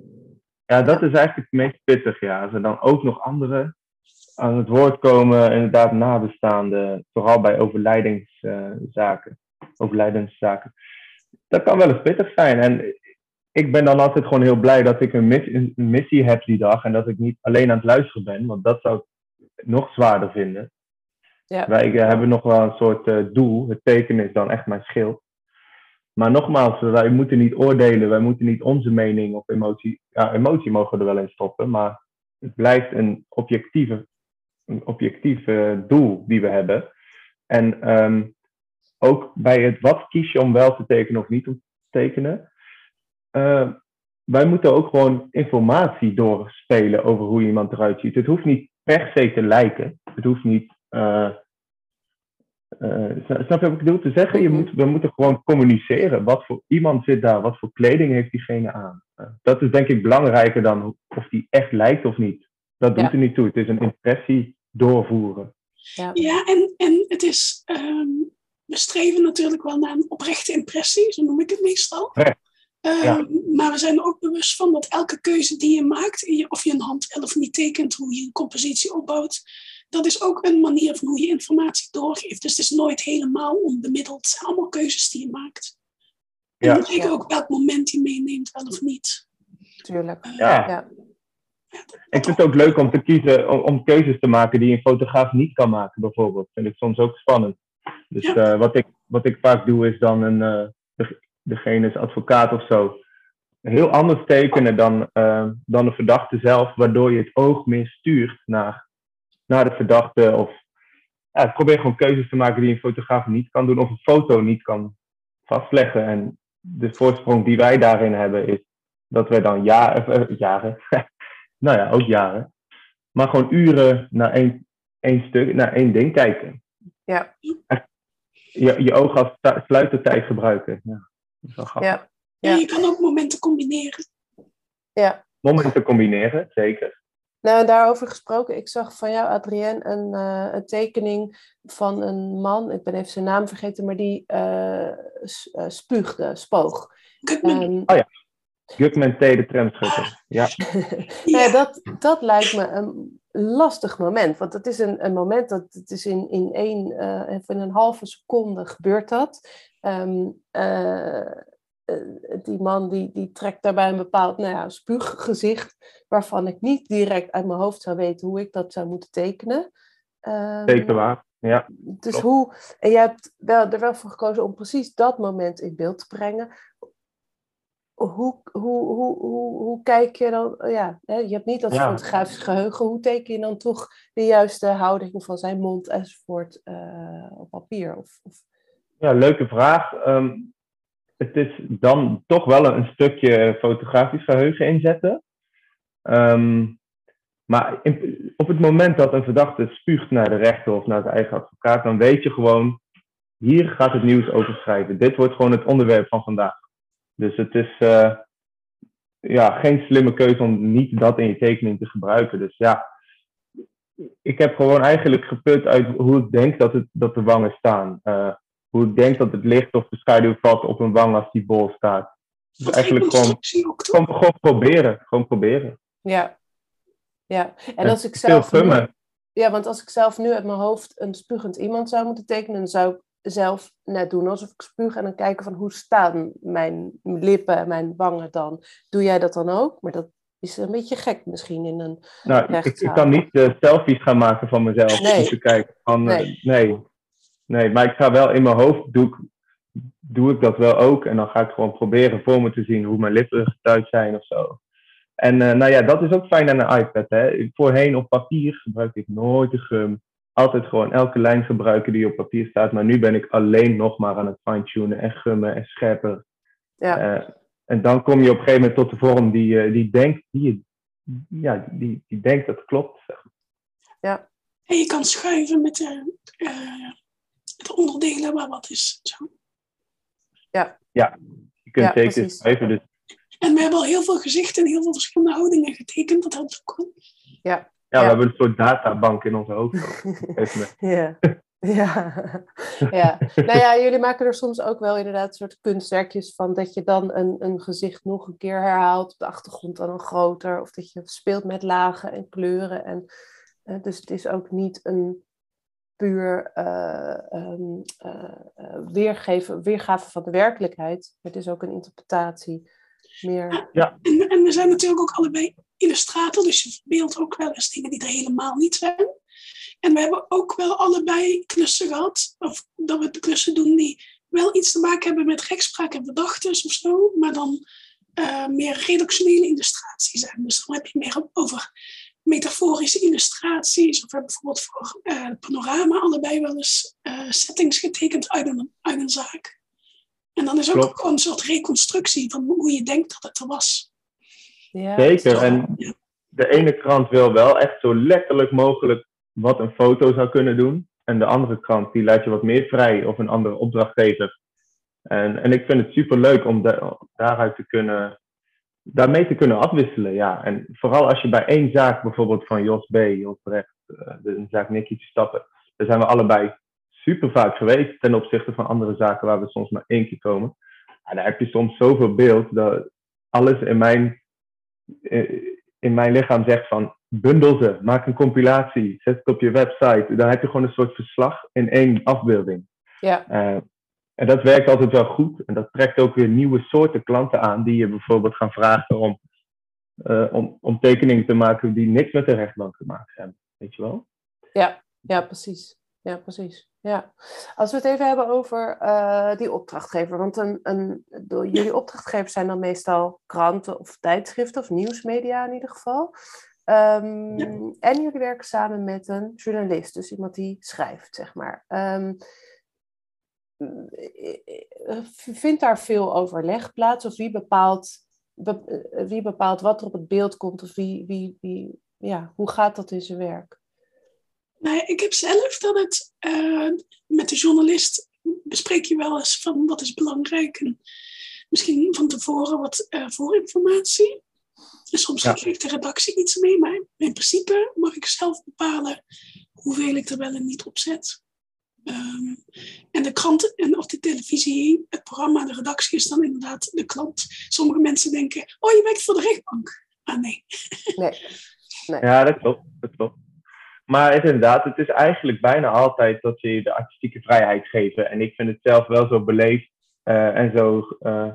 Ja, dat is eigenlijk het meest pittig, ja. Als er dan ook nog anderen aan het woord komen, inderdaad nabestaanden, vooral bij overlijdingszaken. Uh, overlijdenszaken. Dat kan wel eens pittig zijn. En ik ben dan altijd gewoon heel blij dat ik een, mis- een missie heb die dag en dat ik niet alleen aan het luisteren ben, want dat zou ik nog zwaarder vinden. Ja. Wij uh, hebben nog wel een soort uh, doel. Het tekenen is dan echt mijn schild. Maar nogmaals, wij moeten niet oordelen. Wij moeten niet onze mening of emotie... Ja, emotie mogen we er wel in stoppen. Maar het blijft een objectieve, een objectieve doel die we hebben. En um, ook bij het wat kies je om wel te tekenen of niet om te tekenen. Uh, wij moeten ook gewoon informatie doorspelen over hoe iemand eruit ziet. Het hoeft niet per se te lijken. Het hoeft niet... Uh, uh, snap je wat ik bedoel te zeggen? Je moet, we moeten gewoon communiceren. Wat voor iemand zit daar? Wat voor kleding heeft diegene aan? Uh, dat is denk ik belangrijker dan of die echt lijkt of niet. Dat doet ja. er niet toe. Het is een impressie doorvoeren. Ja, ja en, en het is... Um, we streven natuurlijk wel naar een oprechte impressie. Zo noem ik het meestal. Recht. Uh, ja. Maar we zijn er ook bewust van dat elke keuze die je maakt, of je een hand wel of niet tekent, hoe je een compositie opbouwt, dat is ook een manier van hoe je informatie doorgeeft. Dus het is nooit helemaal onbemiddeld. Het zijn allemaal keuzes die je maakt. En ja. zeker ja. ook welk moment je meeneemt, wel of niet. Tuurlijk. Uh, ja. ja. Ik vind het ook leuk om te kiezen, om, om keuzes te maken die een fotograaf niet kan maken, bijvoorbeeld. Dat vind ik soms ook spannend. Dus ja. uh, wat, ik, wat ik vaak doe is dan een... Uh, de, degene is advocaat of zo, heel anders tekenen dan, uh, dan de verdachte zelf, waardoor je het oog meer stuurt naar, naar de verdachte. Of ja, probeer gewoon keuzes te maken die een fotograaf niet kan doen, of een foto niet kan vastleggen. En de voorsprong die wij daarin hebben is dat wij dan jaren, uh, jaren nou ja, ook jaren, maar gewoon uren naar één, één stuk, naar één ding kijken. Ja. Echt, je, je ogen als sta- sluitertijd gebruiken. Ja, dat is wel grappig. Ja. En Ja. je kan ook momenten combineren. Ja. Momenten combineren, zeker. Nou, daarover gesproken, ik zag van jou, Adrienne, een, uh, een tekening van een man, ik ben even zijn naam vergeten, maar die uh, s- uh, spuugde, spoog. Gutman. Um, Oh ja, Gugman T. de tramschutter. Ja. nou ja, dat, dat lijkt me een lastig moment, want het is een, een moment dat het is in, in, één, uh, in een halve seconde gebeurt dat. Um, uh, Die man die, die trekt daarbij een bepaald nou ja, spuuggezicht, waarvan ik niet direct uit mijn hoofd zou weten hoe ik dat zou moeten tekenen. Um, Zeker waar, ja. Dus klopt. hoe, en jij hebt wel, er wel voor gekozen om precies dat moment in beeld te brengen. Hoe, hoe, hoe, hoe, hoe kijk je dan, ja, hè, je hebt niet dat Ja. fotografisch geheugen, hoe teken je dan toch de juiste houding van zijn mond enzovoort uh, op papier? Of, of... Ja, leuke vraag. Um, Het is dan toch wel een, een stukje fotografisch geheugen inzetten. Um, maar in, op het moment dat een verdachte spuugt naar de rechter of naar zijn eigen advocaat, dan weet je gewoon, hier gaat het nieuws over schrijven. Dit wordt gewoon het onderwerp van vandaag. Dus het is uh, ja, geen slimme keuze om niet dat in je tekening te gebruiken. Dus ja, ik heb gewoon eigenlijk geput uit hoe ik denk dat, het, dat de wangen staan. Uh, Hoe ik denk dat het licht of de schaduw valt op een wang als die bol staat. Dus Wat eigenlijk gewoon, ook, toch? gewoon, gewoon proberen. Gewoon proberen. Ja. Ja. En, En als ik veel zelf nu, gummen. ja, want als ik zelf nu uit mijn hoofd een spugend iemand zou moeten tekenen, dan zou ik zelf net doen alsof ik spuug en dan kijken van hoe staan mijn lippen en mijn wangen dan. Doe jij dat dan ook? Maar dat is een beetje gek misschien in een Nou, ik, rechtszaal. ik kan niet uh, selfies gaan maken van mezelf Nee. om te kijken. Van, uh, Nee. nee. Nee, maar ik ga wel in mijn hoofd, doe ik, doe ik dat wel ook. En dan ga ik gewoon proberen voor me te zien hoe mijn lippen getuigd zijn of zo. En uh, nou ja, dat is ook fijn aan een iPad. Hè. Voorheen op papier gebruikte ik nooit de gum. Altijd gewoon elke lijn gebruiken die op papier staat. Maar nu ben ik alleen nog maar aan het fine-tunen en gummen en scherpen. Ja. Uh, en dan kom je op een gegeven moment tot de vorm die, uh, die denkt, die, ja, die, die denkt dat het klopt. Zeg maar. Ja. En je kan schuiven met de, uh, de onderdelen waar wat is. Zo. Ja. Ja, je kunt Ja, zeker precies. schuiven. Dus En we hebben al heel veel gezichten en heel veel verschillende houdingen getekend. Dat helpt ook wel. Ja. Ja, Ja. we hebben een soort databank in ons hoofd. Ja. Ja. Ja. Nou ja, jullie maken er soms ook wel inderdaad een soort kunstwerkjes van dat je dan een, een gezicht nog een keer herhaalt op de achtergrond dan een groter. Of dat je speelt met lagen en kleuren. En, uh, dus het is ook niet een puur uh, um, uh, uh, weergeven, weergave van de werkelijkheid. Het is ook een interpretatie. Meer... Ja. En, en we zijn natuurlijk ook allebei illustrator, dus je verbeeldt ook wel eens dingen die er helemaal niet zijn. En we hebben ook wel allebei klussen gehad, of dat we de klussen doen die wel iets te maken hebben met rechtspraak en verdachtes of zo, maar dan uh, meer redactionele illustraties zijn. Dus dan heb je meer over metaforische illustraties, of we hebben bijvoorbeeld voor uh, Panorama allebei wel eens uh, settings getekend uit een, uit een zaak. En dan is ook Klopt. gewoon een soort reconstructie van hoe je denkt dat het er was. Ja, Zeker, zo, en ja. de ene krant wil wel echt zo letterlijk mogelijk wat een foto zou kunnen doen. En de andere krant die laat je wat meer vrij of een andere opdrachtgever. En, en ik vind het super leuk om de, daaruit te kunnen, daarmee te kunnen afwisselen. Ja. En vooral als je bij één zaak, bijvoorbeeld van Jos B. Jos Brecht, de zaak Nicky Verstappen, daar zijn we allebei super vaak geweest ten opzichte van andere zaken waar we soms maar één keer komen. En daar heb je soms zoveel beeld dat alles in mijn, in mijn lichaam zegt van bundel ze, maak een compilatie, zet het op je website. Dan heb je gewoon een soort verslag in één afbeelding. Ja. Uh, en dat werkt altijd wel goed. En dat trekt ook weer nieuwe soorten klanten aan die je bijvoorbeeld gaan vragen om, uh, om, om tekeningen te maken die niks met de rechtbank te maken hebben. Weet je wel? Ja, ja, precies. Ja, precies. Ja. Als we het even hebben over uh, die opdrachtgever. Want een, een, de, jullie opdrachtgevers zijn dan meestal kranten of tijdschriften of nieuwsmedia in ieder geval. Um, ja. En jullie werken samen met een journalist. Dus iemand die schrijft, zeg maar. Um, vindt daar veel overleg plaats? Of wie bepaalt, be, wie bepaalt wat er op het beeld komt? Of wie, wie, wie, ja, hoe gaat dat in zijn werk? Nou, ik heb zelf dat het uh, met de journalist bespreek je wel eens van wat is belangrijk. En misschien van tevoren wat uh, voorinformatie. En soms ja. geeft de redactie iets mee, maar in principe mag ik zelf bepalen hoeveel ik er wel en niet op zet. Um, en de krant en of de televisie, het programma, de redactie is dan inderdaad de klant. Sommige mensen denken, oh je werkt voor de rechtbank. Ah nee. nee. nee. Ja, dat klopt, dat klopt. Maar het, inderdaad, het is eigenlijk bijna altijd dat je de artistieke vrijheid geven. En ik vind het zelf wel zo beleefd uh, en zo... Uh,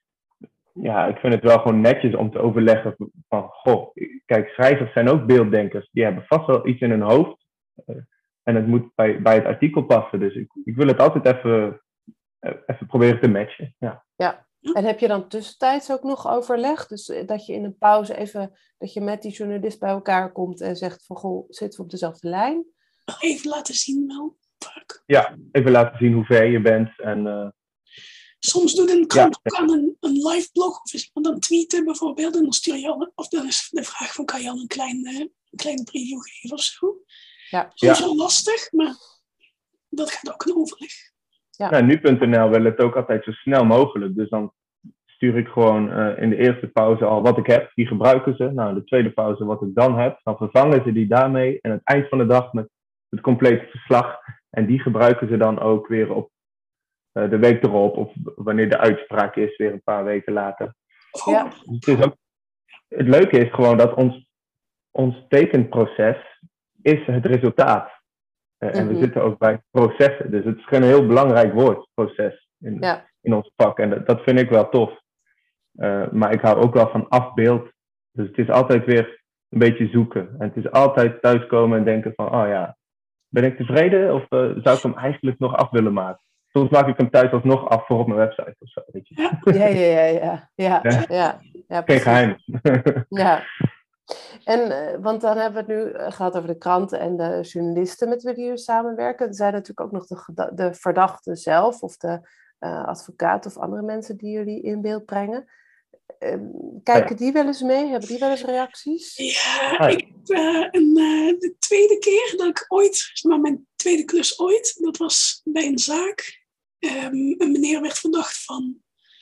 ja, ik vind het wel gewoon netjes om te overleggen van... Goh, kijk, schrijvers zijn ook beelddenkers. Die hebben vast wel iets in hun hoofd. Uh, en het moet bij, bij het artikel passen. Dus ik, ik wil het altijd even, uh, even proberen te matchen. Ja. ja, en heb je dan tussentijds ook nog overleg? Dus dat je in een pauze even... dat je met die journalist bij elkaar komt en zegt van... Goh, zitten we op dezelfde lijn? Even laten zien wel. Vaak. Ja, even laten zien hoe ver je bent. En, uh, soms doet een krant ja. ook aan een, een live blog. Of is iemand dan tweeten bijvoorbeeld. En dan stuur je al... Of dan is de vraag van... Kan je al een klein, uh, een klein preview geven of zo? Ja. Soms ja. wel lastig, maar... Dat gaat ook een overleg. Ja. Nou, nu punt n l wil het ook altijd zo snel mogelijk. Dus dan stuur ik gewoon uh, in de eerste pauze al wat ik heb. Die gebruiken ze. Nou, in de tweede pauze wat ik dan heb. Dan vervangen ze die daarmee. En aan het eind van de dag met het complete verslag. En die gebruiken ze dan ook weer op uh, de week erop. Of wanneer de uitspraak is, weer een paar weken later. Ja. Dus het, is ook, het leuke is gewoon dat ons, ons tekenproces is het resultaat. Uh, en mm-hmm. we zitten ook bij processen. Dus het is gewoon een heel belangrijk woord, proces, in, ja. in ons vak. En dat, dat vind ik wel tof. Uh, maar ik hou ook wel van afbeeld. Dus het is altijd weer een beetje zoeken. En het is altijd thuiskomen en denken van... Oh ja, ben ik tevreden? Of uh, zou ik hem eigenlijk nog af willen maken? Soms maak ik hem thuis alsnog af voor op mijn website of zo. Weet je. Ja, ja, ja. ja, ja, ja, ja, ja Geen geheim. Ja. En, uh, want dan hebben we het nu gehad over de kranten en de journalisten met wie jullie samenwerken. Er zijn natuurlijk ook nog de, de verdachten zelf of de uh, advocaat of andere mensen die jullie in beeld brengen. Uh, kijken ja. die wel eens mee? Hebben die wel eens reacties? Ja, ik heb uh, een, uh, de tweede keer dat ik ooit, maar mijn tweede klus ooit, dat was bij een zaak. Um, een meneer werd verdacht van...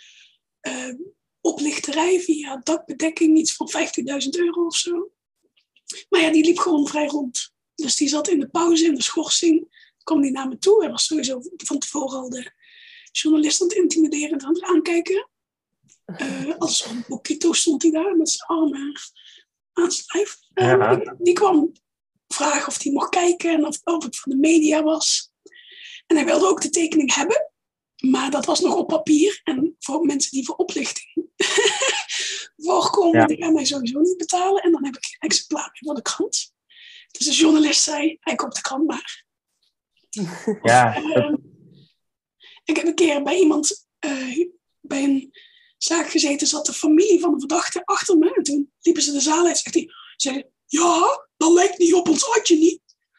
Uh, oplichterij via dakbedekking, iets van vijftienduizend euro of zo. Maar ja, die liep gewoon vrij rond. Dus die zat in de pauze, in de schorsing, kwam die naar me toe. Hij was sowieso van tevoren al de journalist aan het intimideren en aan het aankijken. Uh, als een boekito stond hij daar met zijn armen aan zijn lijf. Uh, ja. die, die kwam vragen of hij mocht kijken en of, of ik van de media was. En hij wilde ook de tekening hebben. Maar dat was nog op papier. En voor mensen die voor oplichting voorkomen, ja. die gaan mij sowieso niet betalen. En dan heb ik geen exemplaar meer voor de krant. Dus de journalist zei, hij koopt de krant maar. Ja. Uh, ik heb een keer bij iemand, uh, bij een zaak gezeten, zat de familie van de verdachte achter me. En toen liepen ze de zaal uit en zegt hij, zei, ja, dat lijkt niet op ons adje niet.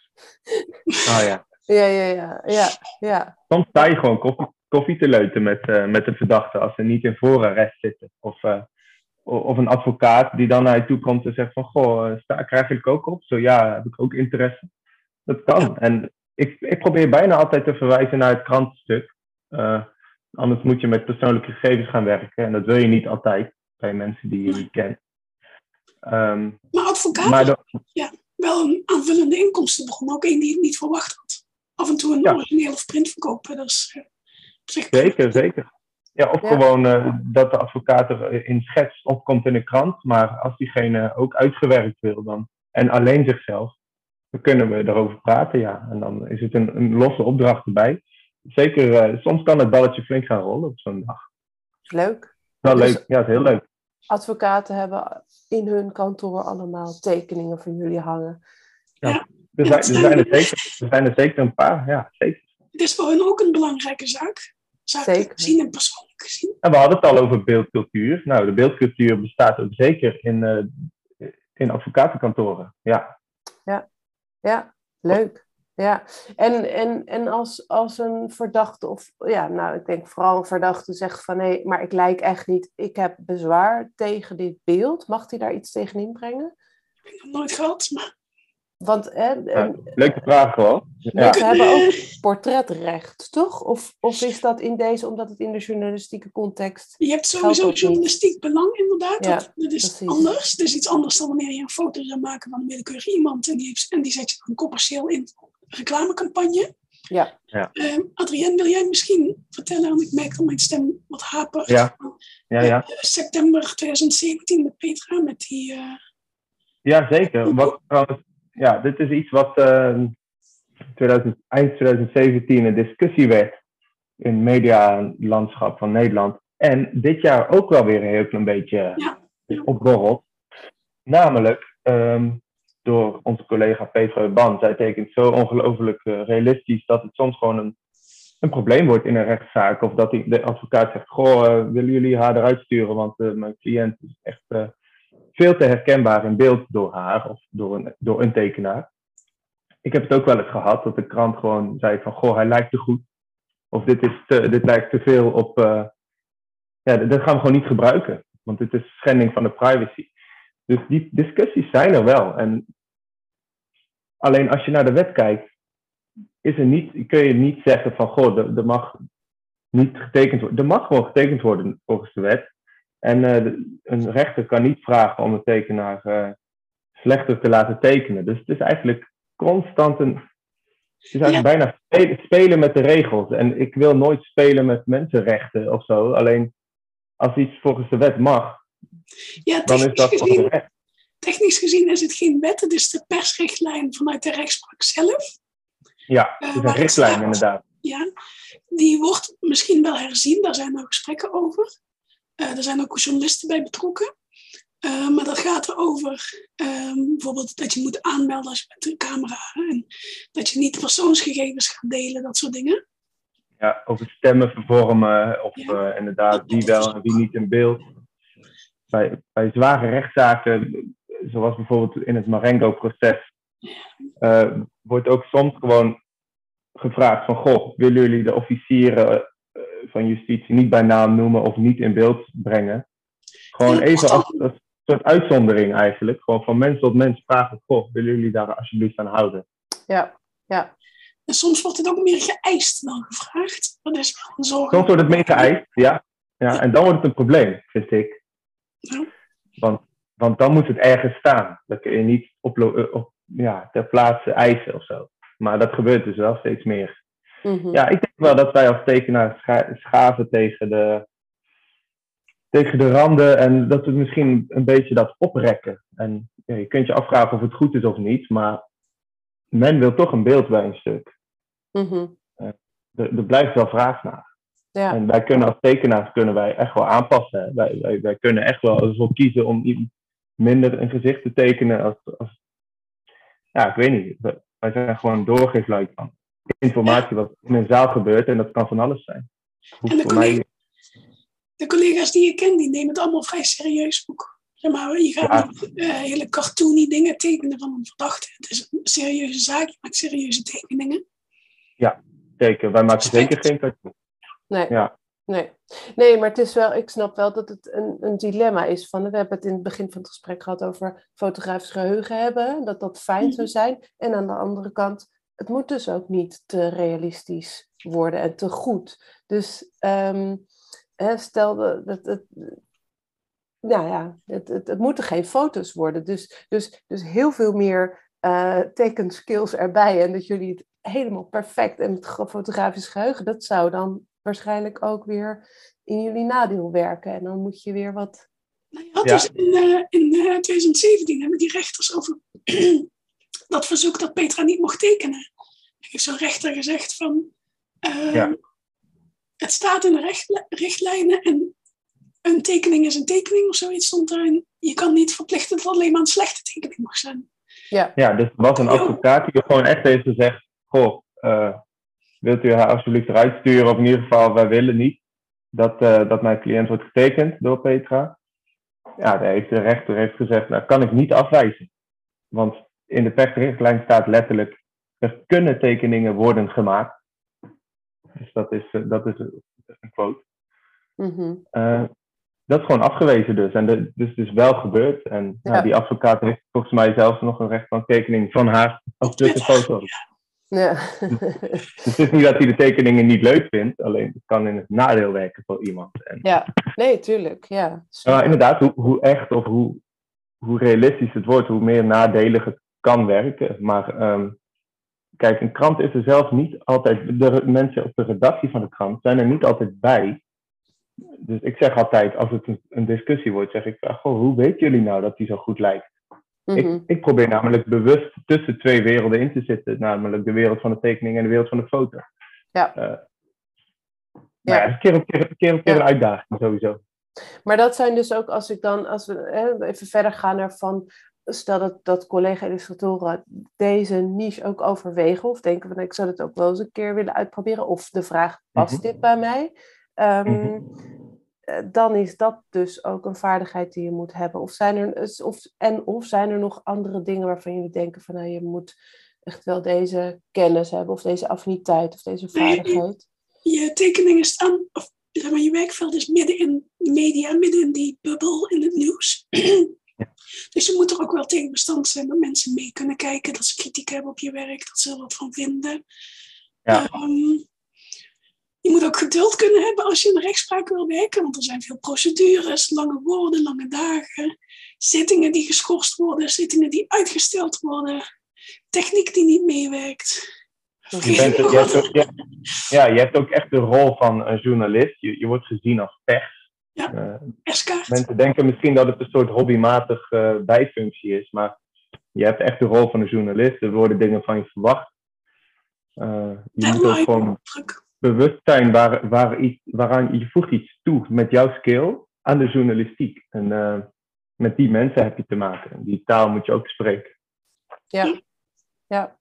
Oh ja. Ja, ja, ja, ja, ja. Soms sta je gewoon koffie, koffie te leuten met, uh, met de verdachte als ze niet in voorarrest zitten. Of, uh, of een advocaat die dan naar je toe komt en zegt van, goh, sta ik er eigenlijk ook op? Zo ja, heb ik ook interesse. Dat kan. En ik, ik probeer bijna altijd te verwijzen naar het krantenstuk. Uh, anders moet je met persoonlijke gegevens gaan werken. En dat wil je niet altijd bij mensen die je niet kent. Um, maar advocaat, maar de, ja, wel een aanvullende inkomstenbron. Ook een die het niet verwacht had. Af en toe een ja. origineel of print verkopen. Dat is, uh, zeker, zeker. Ja, of ja. gewoon uh, dat de advocaat er in schets opkomt in de krant. Maar als diegene ook uitgewerkt wil dan, en alleen zichzelf, dan kunnen we erover praten, ja. En dan is het een, een losse opdracht erbij. Zeker, uh, soms kan het balletje flink gaan rollen op zo'n dag. Leuk. Wel dus leuk, ja, het is heel leuk. Advocaten hebben in hun kantoor allemaal tekeningen van jullie hangen. Ja, ja. Er, zijn, er, zijn er, zeker, er zijn er zeker een paar, ja, zeker. Het is voor hen ook een belangrijke zaak. Zaken gezien en persoonlijk gezien. En we hadden het al over beeldcultuur. Nou, de beeldcultuur bestaat ook zeker in, uh, in advocatenkantoren, ja. Ja, ja, leuk. Ja, en, en, en als, als een verdachte, of ja, nou, ik denk vooral een verdachte zegt van nee, maar ik lijk echt niet, ik heb bezwaar tegen dit beeld, mag hij daar iets tegen inbrengen? Ik heb het nooit gehad, maar... Want hè, Ja, en, leuke vraag gewoon. mensen Ja. hebben ook portretrecht, toch? Of, of is dat in deze, omdat het in de journalistieke context... Je hebt sowieso journalistiek belang, inderdaad. Ja, dat, dat is precies. anders. Het is iets anders dan wanneer je een foto zou maken van een willekeurig iemand en die, heeft, en die zet je dan commercieel in een reclamecampagne. Ja. Ja. Um, Adrienne, wil jij misschien vertellen, want ik merk dat mijn stem wat hapert. Ja. Ja, ja. Uh, september twintig zeventien met Petra, met die... Uh... Ja, zeker. Wat, ja, dit is iets wat uh, twintig, eind twintig zeventien een discussie werd in het medialandschap van Nederland. En dit jaar ook wel weer een heel klein beetje ja. opborrelt. Namelijk um, door onze collega Petra Ban. Zij tekent zo ongelooflijk uh, realistisch dat het soms gewoon een, een probleem wordt in een rechtszaak. Of dat die, de advocaat zegt, goh, uh, willen jullie haar eruit sturen? Want uh, mijn cliënt is echt uh, veel te herkenbaar in beeld door haar of door een, door een tekenaar. Ik heb het ook wel eens gehad dat de krant gewoon zei van, goh, hij lijkt te goed. Of dit, is te, dit lijkt te veel op... Uh, ja, dat gaan we gewoon niet gebruiken. Want dit is schending van de privacy. Dus die discussies zijn er wel. En alleen als je naar de wet kijkt, is er niet, kun je niet zeggen van, goh, er, er mag niet getekend worden. Er mag gewoon getekend worden volgens de wet. En uh, de, een rechter kan niet vragen om een tekenaar uh, slechter te laten tekenen. Dus het is eigenlijk constant een... Het is eigenlijk ja. bijna spelen, spelen met de regels. En ik wil nooit spelen met mensenrechten of zo. Alleen als iets volgens de wet mag, ja, dan is dat volgens de wet. Technisch gezien is het geen wet, het is de persrichtlijn vanuit de rechtspraak zelf. Ja, het is een uh, richtlijn staat, inderdaad. Ja, die wordt misschien wel herzien, daar zijn er gesprekken over. Uh, er zijn ook journalisten bij betrokken. Uh, maar dat gaat erover um, bijvoorbeeld dat je moet aanmelden als je met de camera en dat je niet persoonsgegevens gaat delen, dat soort dingen. Ja, over stemmen vervormen of ja. uh, inderdaad wie wel en wie niet in beeld. Bij, bij zware rechtszaken, zoals bijvoorbeeld in het Marengo-proces, uh, wordt ook soms gewoon gevraagd van, goh, willen jullie de officieren uh, van justitie niet bij naam noemen of niet in beeld brengen? Gewoon even als, als een soort uitzondering eigenlijk. Gewoon van mens tot mens vragen, goh, willen jullie daar alsjeblieft aan houden? Ja, ja. En soms wordt het ook meer geëist dan gevraagd. Dat is wel een zorg. Soms wordt het meer geëist, ja. ja. En dan wordt het een probleem, vind ik. Ja. Want, want dan moet het ergens staan. Dat kun je niet op, op, ja, ter plaatse eisen of zo. Maar dat gebeurt dus wel steeds meer. Mm-hmm. Ja, ik denk wel dat wij als tekenaars scha- schaven tegen de, tegen de randen. En dat we misschien een beetje dat oprekken. En ja, je kunt je afvragen of het goed is of niet. Maar men wil toch een beeld bij een stuk. Mm-hmm. Uh, er, er blijft wel vraag naar. Ja. En wij kunnen als tekenaars kunnen wij echt wel aanpassen. Wij, wij, wij kunnen echt wel ervoor kiezen om iemand minder een gezicht te tekenen. Als, als, ja, ik weet niet. Wij zijn gewoon een doorgeefluik van informatie wat in een zaal gebeurt. En dat kan van alles zijn. En de, collega, mij... de collega's die je kent, die nemen het allemaal vrij serieus ook. Zeg maar, je gaat ja. niet uh, hele cartoony dingen tekenen van een verdachte. Het is een serieuze zaak. Je maakt serieuze tekeningen. Ja, zeker. Wij maken Respect. zeker geen cartoon. Nee. Ja. Nee. nee, maar het is wel, ik snap wel dat het een, een dilemma is. Van, we hebben het in het begin van het gesprek gehad over fotografisch geheugen hebben. Dat dat fijn zou zijn. En aan de andere kant, het moet dus ook niet te realistisch worden en te goed. Dus um, hè, stel dat het, het, nou ja, het, het, het moeten geen foto's worden. Dus, dus, dus heel veel meer uh, tekenskills erbij. En dat jullie het helemaal perfect en het fotografisch geheugen, dat zou dan waarschijnlijk ook weer in jullie nadeel werken. En dan moet je weer wat... Nou, je had ja. dus in, uh, in uh, twintig zeventien hebben die rechters over dat verzoek dat Petra niet mocht tekenen. Heeft zo'n rechter gezegd van... Uh, ja. Het staat in de recht, richtlijnen en een tekening is een tekening of zoiets stond erin. Je kan niet verplichten dat het alleen maar een slechte tekening mag zijn. Ja, ja dus er was een advocaat die gewoon echt heeft gezegd... Goh, uh, wilt u haar alsjeblieft eruit sturen? Of in ieder geval, wij willen niet dat, uh, dat mijn cliënt wordt getekend door Petra. Ja, de, heeft, de rechter heeft gezegd, nou kan ik niet afwijzen. Want in de persrichtlijn staat letterlijk, er kunnen tekeningen worden gemaakt. Dus dat is, uh, dat is een quote. Mm-hmm. Uh, dat is gewoon afgewezen dus. En de, dus het is wel gebeurd. En ja. nou, die advocaat heeft volgens mij zelfs nog een recht van tekening van haar als tussenfoto. Ja. Dus het is niet dat hij de tekeningen niet leuk vindt. Alleen het kan in het nadeel werken voor iemand. En, ja, nee, tuurlijk. Ja. Maar inderdaad, hoe, hoe echt of hoe, hoe realistisch het wordt, hoe meer nadelig het kan werken. Maar um, kijk, een krant is er zelf niet altijd... De mensen op de redactie van de krant zijn er niet altijd bij. Dus ik zeg altijd, als het een, een discussie wordt, zeg ik... Goh, hoe weten jullie nou dat die zo goed lijkt? Mm-hmm. Ik, ik probeer namelijk bewust tussen twee werelden in te zitten. Namelijk de wereld van de tekening en de wereld van de foto. Ja. Uh, maar ja, ja, een keer op keer, keer, keer ja. een uitdaging sowieso. Maar dat zijn dus ook, als ik dan, als we hè, even verder gaan naar van... Stel dat, dat collega-illustratoren deze niche ook overwegen... of denken van, ik zou het ook wel eens een keer willen uitproberen... of de vraag, past mm-hmm. dit bij mij? Um, mm-hmm. Dan is dat dus ook een vaardigheid die je moet hebben. Of zijn er, of, en of zijn er nog andere dingen waarvan jullie denken van... Nou, je moet echt wel deze kennis hebben... of deze affiniteit of deze vaardigheid? Nee, je tekeningen staan... Of, zeg maar, je werkveld is midden in de media... midden in die bubbel in het nieuws... Dus je moet er ook wel tegen bestand zijn dat mensen mee kunnen kijken, dat ze kritiek hebben op je werk, dat ze er wat van vinden. Ja. Um, je moet ook geduld kunnen hebben als je in de rechtspraak wil werken, want er zijn veel procedures, lange woorden, lange dagen, zittingen die geschorst worden, zittingen die uitgesteld worden, techniek die niet meewerkt. Je, bent, je, hebt ook, je, ja, je hebt ook echt de rol van een journalist, je, je wordt gezien als pers. Ja, uh, perskaart. Mensen denken misschien dat het een soort hobbymatig uh, bijfunctie is, maar je hebt echt de rol van een journalist. Er worden dingen van je verwacht. Uh, je moet ook gewoon bewust zijn waar, waar iets, waaraan je voegt iets toe met jouw skill aan de journalistiek. En uh, met die mensen heb je te maken. Die taal moet je ook spreken. Ja, ja.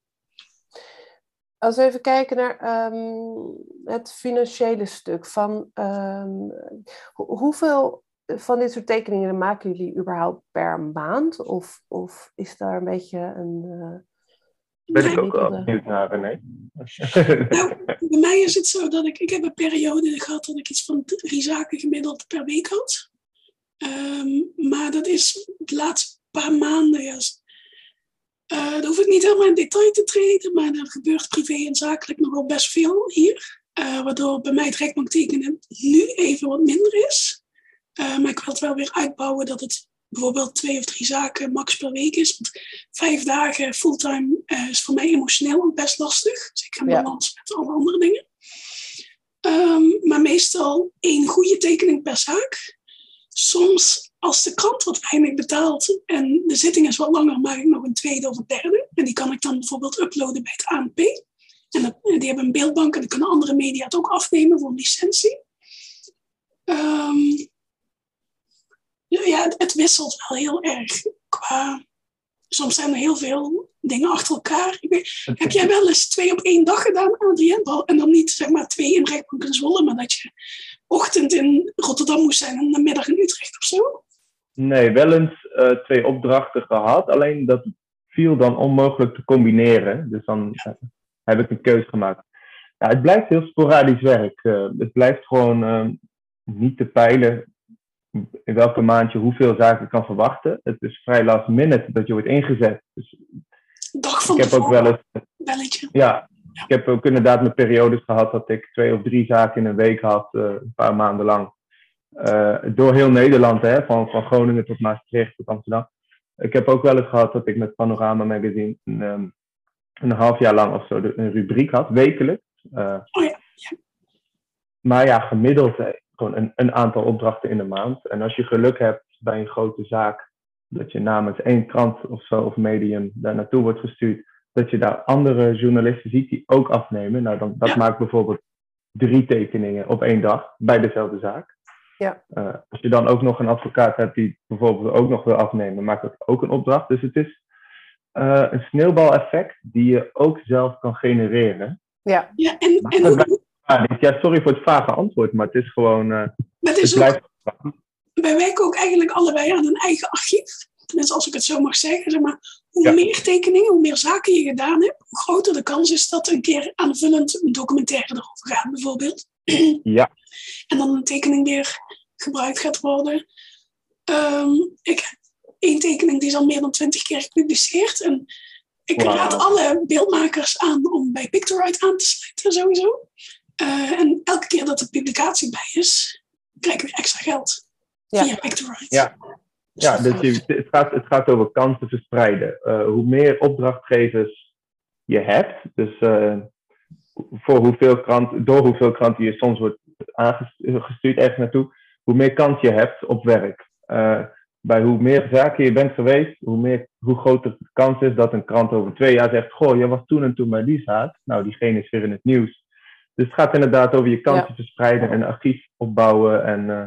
Als we even kijken naar um, het financiële stuk van um, ho- hoeveel van dit soort tekeningen maken jullie überhaupt per maand? Of, of is daar een beetje een... Uh, ben ik ook wel benieuwd naar, René. Nou, bij mij is het zo dat ik... Ik heb een periode gehad dat ik iets van drie zaken gemiddeld per week had. Um, maar dat is de laatste paar maanden... Ja, Uh, daar hoef ik niet helemaal in detail te treden, maar er gebeurt privé en zakelijk nog wel best veel hier. Uh, waardoor bij mij het rechtbank tekenen nu even wat minder is. Uh, maar ik wil het wel weer uitbouwen dat het bijvoorbeeld twee of drie zaken max per week is. Want vijf dagen fulltime uh, is voor mij emotioneel ook best lastig. Zeker in balans met alle andere dingen. Um, maar meestal één goede tekening per zaak. Soms... Als de krant wat weinig betaalt en de zitting is wat langer, maak ik nog een tweede of een derde. En die kan ik dan bijvoorbeeld uploaden bij het A N P. En dat, die hebben een beeldbank en dan kunnen andere media het ook afnemen voor een licentie. Um, ja, het, het wisselt wel heel erg. Qua, soms zijn er heel veel dingen achter elkaar. Ik weet, heb jij wel eens twee op één dag gedaan, Adrien? En dan niet zeg maar twee in rechtbank in Zwolle, maar dat je ochtend in Rotterdam moest zijn en namiddag in Utrecht of zo? Nee, wel eens uh, twee opdrachten gehad. Alleen dat viel dan onmogelijk te combineren. Dus dan uh, heb ik een keuze gemaakt. Ja, het blijft heel sporadisch werk. Uh, het blijft gewoon uh, niet te peilen in welke maand je hoeveel zaken kan verwachten. Het is vrij last minute dat je wordt ingezet. Dus Dag van ik heb ook wel eens. Belletje. Ja, ik heb ook inderdaad mijn periodes gehad dat ik twee of drie zaken in een week had, uh, een paar maanden lang. Uh, door heel Nederland, hè, van, van Groningen tot Maastricht tot Amsterdam. Ik heb ook wel eens gehad dat ik met Panorama Magazine een, um, een half jaar lang of zo de, een rubriek had, wekelijks. Uh, oh ja, ja. Maar ja, gemiddeld uh, gewoon een, een aantal opdrachten in de maand. En als je geluk hebt bij een grote zaak, dat je namens één krant of zo of medium daar naartoe wordt gestuurd, dat je daar andere journalisten ziet die ook afnemen. Nou, dan, dat ja. maakt bijvoorbeeld drie tekeningen op één dag bij dezelfde zaak. Ja. Uh, als je dan ook nog een advocaat hebt die bijvoorbeeld ook nog wil afnemen, maakt dat ook een opdracht. Dus het is uh, een sneeuwbaleffect die je ook zelf kan genereren. Ja, ja en... en blijft, ja, sorry voor het vage antwoord, maar het is gewoon... Uh, het is het blijft... ook, wij werken ook eigenlijk allebei aan een eigen archief. tenminste als ik het zo mag zeggen, zeg maar, hoe Ja. meer tekeningen, hoe meer zaken je gedaan hebt, hoe groter de kans is dat een keer aanvullend een documentaire erover gaat, bijvoorbeeld. Ja. En dan een tekening weer gebruikt gaat worden. Um, ik heb één tekening die is al meer dan twintig keer gepubliceerd. En ik Wow. raad alle beeldmakers aan om bij Pictorite aan te sluiten, sowieso. Uh, en elke keer dat er publicatie bij is, krijg ik weer extra geld Ja. via Pictorite. Ja. Ja, dus je, het, gaat, het gaat over kansen verspreiden. Uh, hoe meer opdrachtgevers je hebt, dus uh, voor hoeveel krant, door hoeveel kranten je soms wordt aangestuurd ergens naartoe, hoe meer kans je hebt op werk. Uh, bij hoe meer zaken je bent geweest, hoe, meer, hoe groter de kans is dat een krant over twee jaar zegt, goh, jij was toen en toen bij die zaak. Nou, diegene is weer in het nieuws. Dus het gaat inderdaad over je kansen ja. verspreiden en een archief opbouwen en, uh,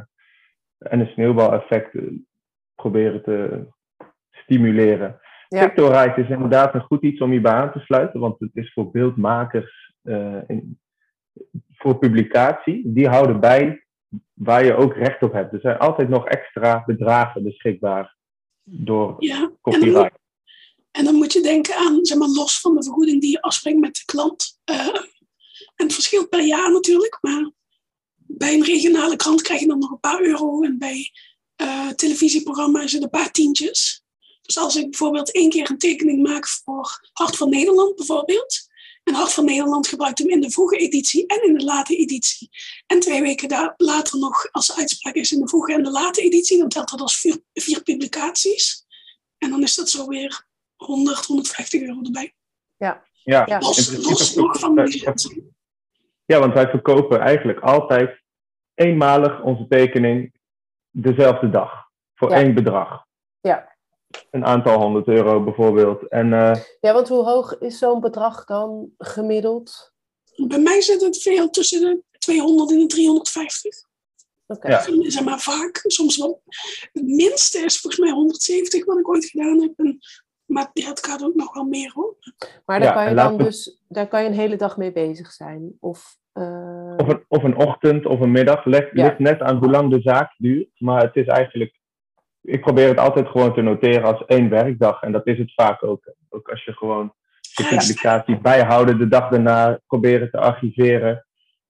en een sneeuwbaleffect uh, proberen te stimuleren. Ja. Pictorite is inderdaad een goed iets om je bij aan te sluiten, want het is voor beeldmakers, uh, in, voor publicatie, die houden bij waar je ook recht op hebt. Er zijn altijd nog extra bedragen beschikbaar door ja, copyright. En dan, en dan moet je denken aan, zeg maar, los van de vergoeding die je afspreekt met de klant. Uh, en het verschilt per jaar natuurlijk, maar bij een regionale krant krijg je dan nog een paar euro en bij uh, televisieprogramma's is het een paar tientjes. Dus als ik bijvoorbeeld één keer een tekening maak voor Hart van Nederland bijvoorbeeld, en Hart van Nederland gebruikt hem in de vroege editie en in de late editie. En twee weken daar later nog, als de uitspraak is in de vroege en de late editie, dan telt dat als vier, vier publicaties. En dan is dat zo weer honderd, honderdvijftig euro erbij. Ja. Ja, los, los nog van de licentie. Ja, want wij verkopen eigenlijk altijd eenmalig onze tekening dezelfde dag. Voor ja. één bedrag. Ja. Een aantal honderd euro bijvoorbeeld. En, uh, ja, want hoe hoog is zo'n bedrag dan gemiddeld? Bij mij zit het veel tussen de tweehonderd en de driehonderdvijftig. Oké. Ja. Zeg maar vaak, soms wel. Het minste is volgens mij honderdzeventig wat ik ooit gedaan heb. En, maar ja, het gaat ook nog wel meer hoor. Maar daar, ja, kan je dan we... dus, daar kan je een hele dag mee bezig zijn? Of, uh... of, een, of een ochtend of een middag. Ligt ja. net aan hoe lang de zaak duurt. Maar het is eigenlijk... Ik probeer het altijd gewoon te noteren als één werkdag. En dat is het vaak ook. Ook als je gewoon de publicatie bijhouden de dag daarna. Proberen te archiveren.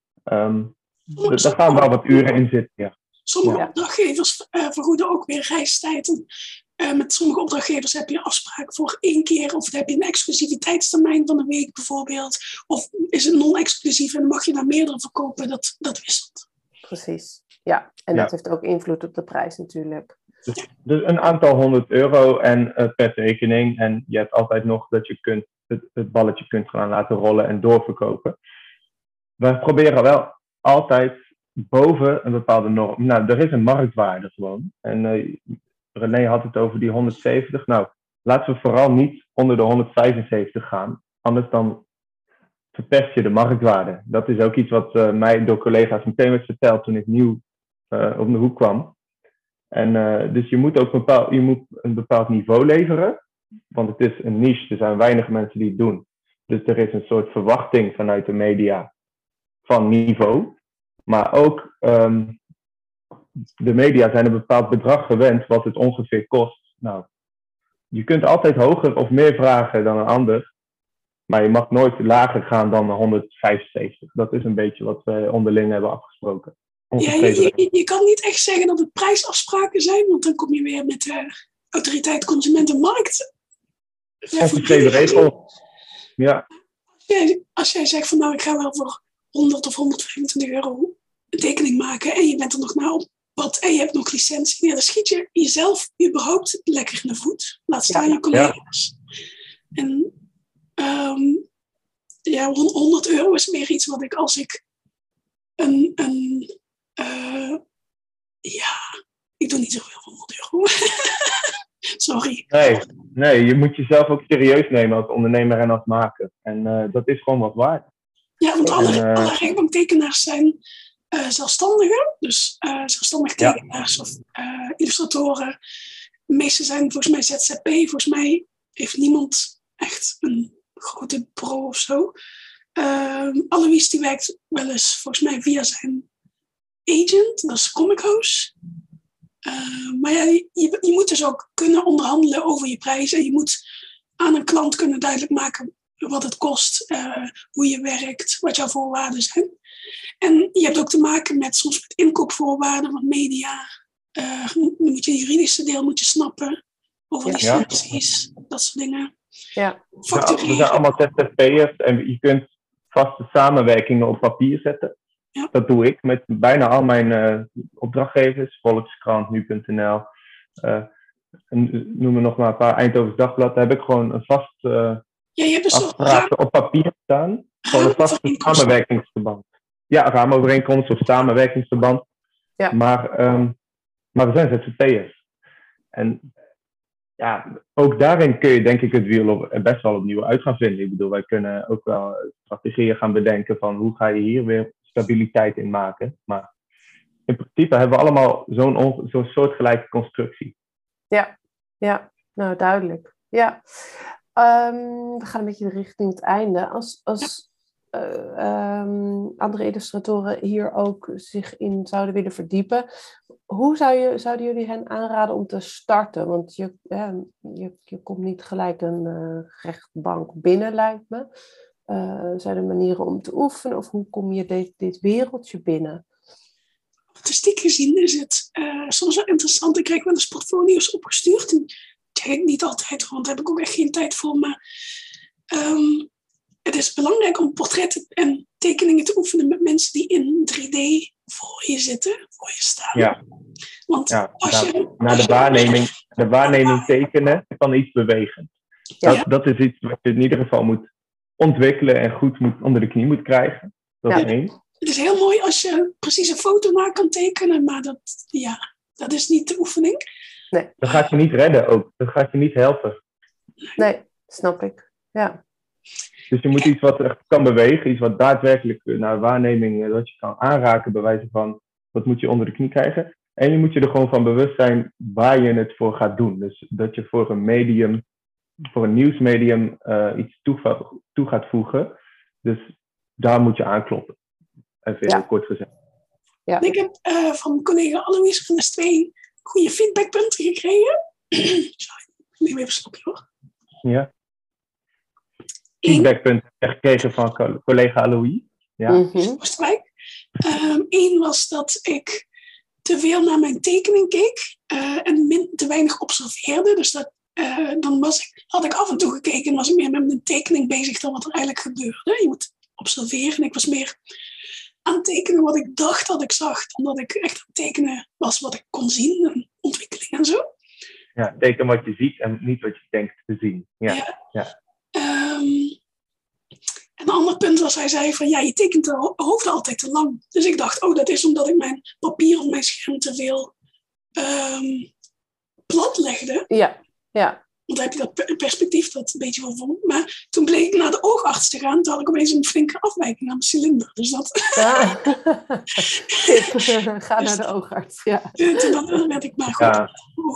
Um, Daar gaan wel wat uren in zitten. Ja. Sommige ja. opdrachtgevers uh, vergoeden ook weer reistijden. Uh, met sommige opdrachtgevers heb je afspraak voor één keer. Of heb je een exclusiviteitstermijn van een week bijvoorbeeld. Of is het non-exclusief en mag je daar meerdere verkopen. Dat, dat wisselt. Precies. Ja, en ja. dat heeft ook invloed op de prijs natuurlijk. Dus, dus een aantal honderd euro en, uh, per tekening. En je hebt altijd nog dat je kunt, het, het balletje kunt gaan laten rollen en doorverkopen. We proberen wel altijd boven een bepaalde norm. Nou, er is een marktwaarde gewoon. En uh, René had het over die honderdzeventig. Nou, laten we vooral niet onder de honderdvijfenzeventig gaan. Anders dan verpest je de marktwaarde. Dat is ook iets wat uh, mij door collega's meteen werd verteld toen ik nieuw uh, op de hoek kwam. En uh, dus je moet ook een bepaald, je moet een bepaald niveau leveren. Want het is een niche. Er zijn weinig mensen die het doen. Dus er is een soort verwachting vanuit de media van niveau. Maar ook um, de media zijn een bepaald bedrag gewend wat het ongeveer kost. Nou, je kunt altijd hoger of meer vragen dan een ander. Maar je mag nooit lager gaan dan honderdvijfenzeventig. Dat is een beetje wat we onderling hebben afgesproken. Ja, je, je, je kan niet echt zeggen dat het prijsafspraken zijn. Want dan kom je weer met de autoriteit Consumentenmarkt. Ongeschreven regel. Ja. Als jij, als jij zegt van nou ik ga wel voor honderd of honderdvijfentwintig euro een tekening maken en je bent er nog naar op pad en je hebt nog licentie, ja, dan schiet je jezelf überhaupt lekker in de voet. Laat staan ja, je collega's. Ja. En um, ja, honderd euro is meer iets wat ik als ik een, een uh, ja, ik doe niet zoveel voor honderd euro. Sorry. Nee, nee, je moet jezelf ook serieus nemen als ondernemer en als maker. En uh, dat is gewoon wat waard. Ja, want alle, en, uh, alle rechtbanktekenaars zijn uh, zelfstandigen. Dus uh, zelfstandig tekenaars ja. of uh, illustratoren. De meeste zijn volgens mij Z Z P. Volgens mij heeft niemand echt een grote bureau of zo. Uh, Alois die werkt wel eens volgens mij via zijn agent. Dat is Comic House. Uh, maar ja, je, je moet dus ook kunnen onderhandelen over je prijzen. Je moet aan een klant kunnen duidelijk maken wat het kost, uh, hoe je werkt, wat jouw voorwaarden zijn. En je hebt ook te maken met soms met inkoopvoorwaarden van media. Uh, dan moet je het juridische deel moet je snappen over Ja. licenties, ja. Dat soort dingen. Ja. Factureren. We zijn allemaal Z Z P'ers en je kunt vaste samenwerkingen op papier zetten. Ja. Dat doe ik met bijna al mijn uh, opdrachtgevers, Volkskrant, nu punt n l. Uh, noem er nog maar een paar, Eindhovens Dagblad. Daar heb ik gewoon een vast uh, ja, je hebt dus afspraak op papier staan. Gewoon een vaste samenwerkingsverband. Ja, raamovereenkomst of samenwerkingsverband. Ja. Maar, um, maar we zijn Z Z P'ers. En ja, ook daarin kun je denk ik het wiel op, best wel opnieuw uit gaan vinden. Ik bedoel, wij kunnen ook wel strategieën gaan bedenken van hoe ga je hier weer stabiliteit in maken. Maar in principe hebben we allemaal zo'n, on, zo'n soortgelijke constructie. Ja, ja, nou duidelijk. Ja. Um, we gaan een beetje richting het einde. Als, als uh, um, andere illustratoren hier ook zich in zouden willen verdiepen, hoe zou je, zouden jullie hen aanraden om te starten? Want je, ja, je, je komt niet gelijk een uh, rechtbank binnen, lijkt me. Uh, zijn er manieren om te oefenen? Of hoe kom je dit, dit wereldje binnen? Artistiek gezien is het uh, soms wel interessant. Ik krijg wel eens portfolio's opgestuurd. En check ik niet altijd, want daar heb ik ook echt geen tijd voor. Maar um, het is belangrijk om portretten en tekeningen te oefenen met mensen die in drie D voor je zitten, voor je staan. Ja. Want ja, als nou, je... Naar de waarneming, de waarneming tekenen van iets bewegen. Ja. Dat, dat is iets wat je in ieder geval moet ontwikkelen en goed moet, onder de knie moet krijgen. Dat ja. is één. Het is heel mooi als je precies een foto na kan tekenen, maar dat, ja, dat is niet de oefening. Nee. Dat gaat je niet redden ook. Dat gaat je niet helpen. Nee, snap ik. Ja. Dus je moet iets wat echt kan bewegen, iets wat daadwerkelijk naar waarneming, dat je kan aanraken, bij wijze van, wat moet je onder de knie krijgen. En je moet je er gewoon van bewust zijn waar je het voor gaat doen. Dus dat je voor een medium, voor een nieuwsmedium uh, iets toe, toe gaat voegen. Dus daar moet je aankloppen. Even ja. heel kort gezegd. Ja. Ik heb uh, van collega Alois van S twee goede feedbackpunten gekregen. Sorry, ik neem even een slokje hoor. Ja. Feedbackpunten gekregen van collega Alois. Ja. Mm-hmm. Um, Eén was dat ik te veel naar mijn tekening keek uh, en min, te weinig observeerde. Dus dat, uh, dan was ik, had ik af en toe gekeken en was ik meer met mijn tekening bezig dan wat er eigenlijk gebeurde. Je moet observeren. Ik was meer aan het tekenen wat ik dacht dat ik zag, dan dat ik echt aan het tekenen was wat ik kon zien, en ontwikkeling en zo. Ja, teken wat je ziet en niet wat je denkt te zien. Ja. Ja. Ja. Um, een ander punt was, hij zei van, ja, je tekent de hoofden altijd te lang. Dus ik dacht, oh, dat is omdat ik mijn papier op mijn scherm te veel um, plat legde. Ja, ja. Want dan heb je dat perspectief dat een beetje van vond. Maar toen bleek ik naar de oogarts te gaan. Toen had ik opeens een flinke afwijking naar mijn cilinder. Dus dat... Ja. Ga naar de oogarts, ja. Toen werd ik maar goed. Ja.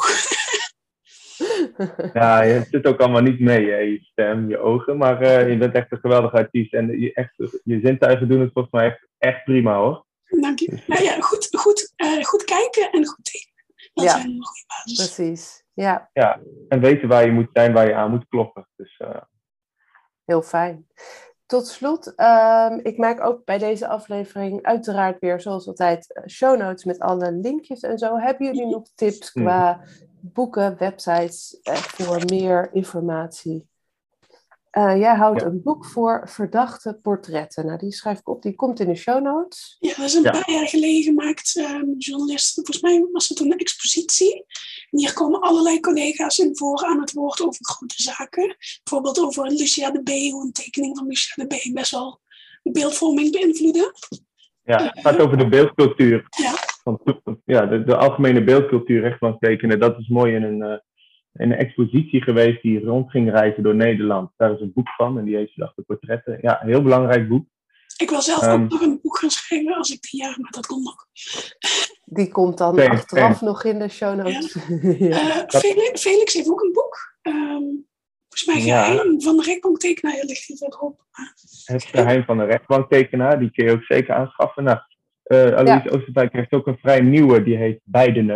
Ja, je zit ook allemaal niet mee, hè? Je stem, je ogen. Maar uh, je bent echt een geweldige artiest. En je, echt, je zintuigen doen het volgens mij echt, echt prima, hoor. Dank je. Nou ja, goed, goed, uh, goed kijken en goed tekenen. Dat ja, zijn een goede basis. Precies. Ja. Ja, en weten waar je moet zijn, waar je aan moet kloppen. Dus, uh... Heel fijn. Tot slot, uh, ik maak ook bij deze aflevering uiteraard weer, zoals altijd, show notes met alle linkjes en zo. Hebben jullie nog tips qua boeken, websites uh, voor meer informatie? Uh, jij houdt ja. een boek voor verdachte portretten. Nou, die schrijf ik op. Die komt in de show notes. Ja, dat is een ja. paar jaar geleden gemaakt. Um, journalisten, volgens mij was het toen een expositie. En hier komen allerlei collega's in voor aan het woord over grote zaken. Bijvoorbeeld over Lucia de B. Hoe een tekening van Lucia de B. best wel de beeldvorming beïnvloeden. Ja, het gaat over de beeldcultuur. Ja. Van, ja, de, de algemene beeldcultuur rechtbank tekenen. Dat is mooi in een... Uh... in een expositie geweest die rond ging reizen door Nederland. Daar is een boek van en die heet Verdachte Portretten. Ja, een heel belangrijk boek. Ik wil zelf um, ook nog een boek gaan schrijven als ik die jaar, maar dat komt nog. Die komt dan fijn, achteraf fijn. nog in de show notes. Ja. ja. uh, Felix, Felix heeft ook een boek. Um, volgens mij Geheim ja. van de rechtbanktekenaar. Ja, ligt hier verderop. Het Geheim van de rechtbanktekenaar, die kun je ook zeker aanschaffen. Nou, uh, Alois ja. Oosterwijk heeft ook een vrij nieuwe, die heet Bij de Neus. Het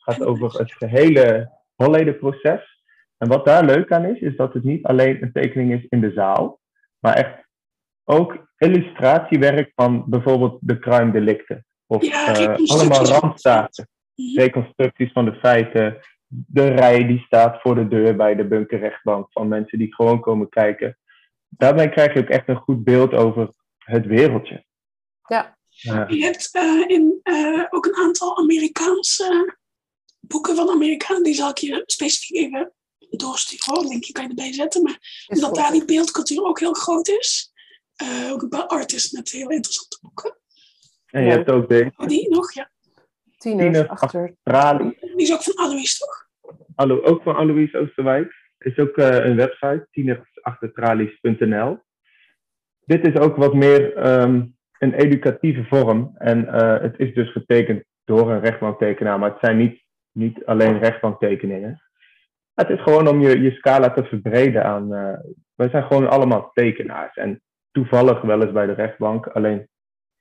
gaat over het gehele Holleden-proces. En wat daar leuk aan is, is dat het niet alleen een tekening is in de zaal, maar echt ook illustratiewerk van bijvoorbeeld de crime delicten. Of Ja, uh, allemaal randstaten, reconstructies van de feiten, de rij die staat voor de deur bij de bunkerrechtbank van mensen die gewoon komen kijken. Daarmee krijg je ook echt een goed beeld over het wereldje. Ja. Uh, je hebt uh, in, uh, ook een aantal Amerikaanse boeken van Amerikanen, die zal ik je specifiek even doorsturen. Een linkje kan je erbij zetten, maar is omdat goed. Daar die beeldcultuur ook heel groot is. Uh, ook bij artists met heel interessante boeken. En je ja. hebt ook deze. Oh, die nog, ja. Tieners achter tralies. Die is ook van Alois, toch? Hallo, ook van Alois Oosterwijk. Is ook uh, een website, tieners achter tralies punt n l. Dit is ook wat meer um, een educatieve vorm. En uh, het is dus getekend door een rechtbanktekenaar, maar het zijn niet, niet alleen rechtbanktekeningen. Het is gewoon om je, je scala te verbreden aan... Uh, wij zijn gewoon allemaal tekenaars. En toevallig wel eens bij de rechtbank. Alleen,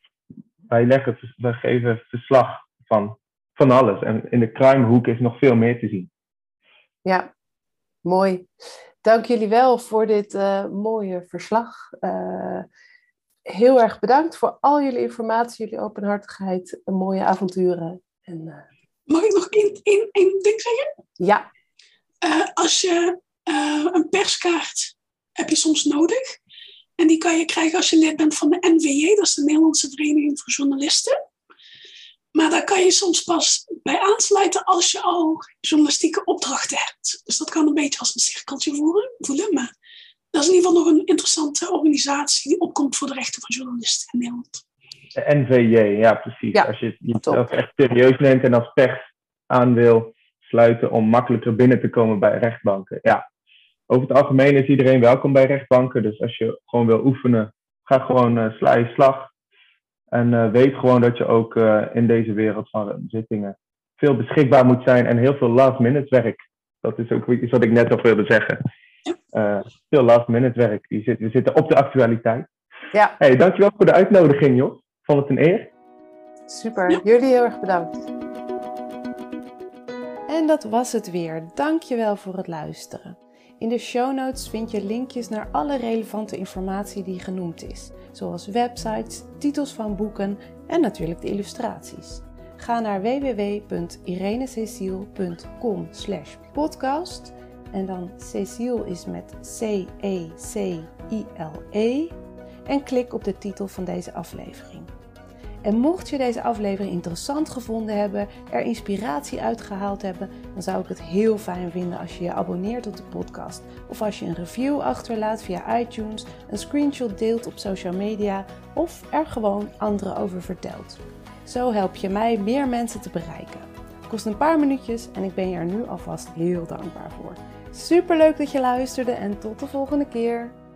wij, leggen, wij geven verslag van, van alles. En in de crimehoek is nog veel meer te zien. Ja, mooi. Dank jullie wel voor dit uh, mooie verslag. Uh, heel erg bedankt voor al jullie informatie, jullie openhartigheid, mooie avonturen. En, uh... Mag ik nog één, één, één ding zeggen? Ja. Uh, als je uh, een perskaart heb je soms nodig. En die kan je krijgen als je lid bent van de N V J, dat is de Nederlandse Vereniging voor Journalisten. Maar daar kan je soms pas bij aansluiten als je al journalistieke opdrachten hebt. Dus dat kan een beetje als een cirkeltje voelen, voelen. Maar dat is in ieder geval nog een interessante organisatie die opkomt voor de rechten van journalisten in Nederland. De N V J, ja precies. Ja, als je jezelf echt serieus neemt en als pers aan wil sluiten om makkelijker binnen te komen bij rechtbanken. Ja, over het algemeen is iedereen welkom bij rechtbanken. Dus als je gewoon wil oefenen, ga gewoon uh, sla je slag. En uh, weet gewoon dat je ook uh, in deze wereld van zittingen veel beschikbaar moet zijn en heel veel last-minute werk. Dat is ook iets wat ik net nog wilde zeggen. Uh, veel last-minute werk. Je zit, we zitten op de actualiteit. Ja. Hey, dankjewel voor de uitnodiging, joh. Vond het een eer. Super. Ja. Jullie heel erg bedankt. En dat was het weer. Dankjewel voor het luisteren. In de show notes vind je linkjes naar alle relevante informatie die genoemd is, zoals websites, titels van boeken en natuurlijk de illustraties. Ga naar w w w punt irenececile punt com slash podcast en dan Cecile is met C E C I L E en klik op de titel van deze aflevering. En mocht je deze aflevering interessant gevonden hebben, er inspiratie uitgehaald hebben, dan zou ik het heel fijn vinden als je je abonneert op de podcast. Of als je een review achterlaat via iTunes, een screenshot deelt op social media of er gewoon anderen over vertelt. Zo help je mij meer mensen te bereiken. Het kost een paar minuutjes en ik ben je er nu alvast heel dankbaar voor. Superleuk dat je luisterde en tot de volgende keer!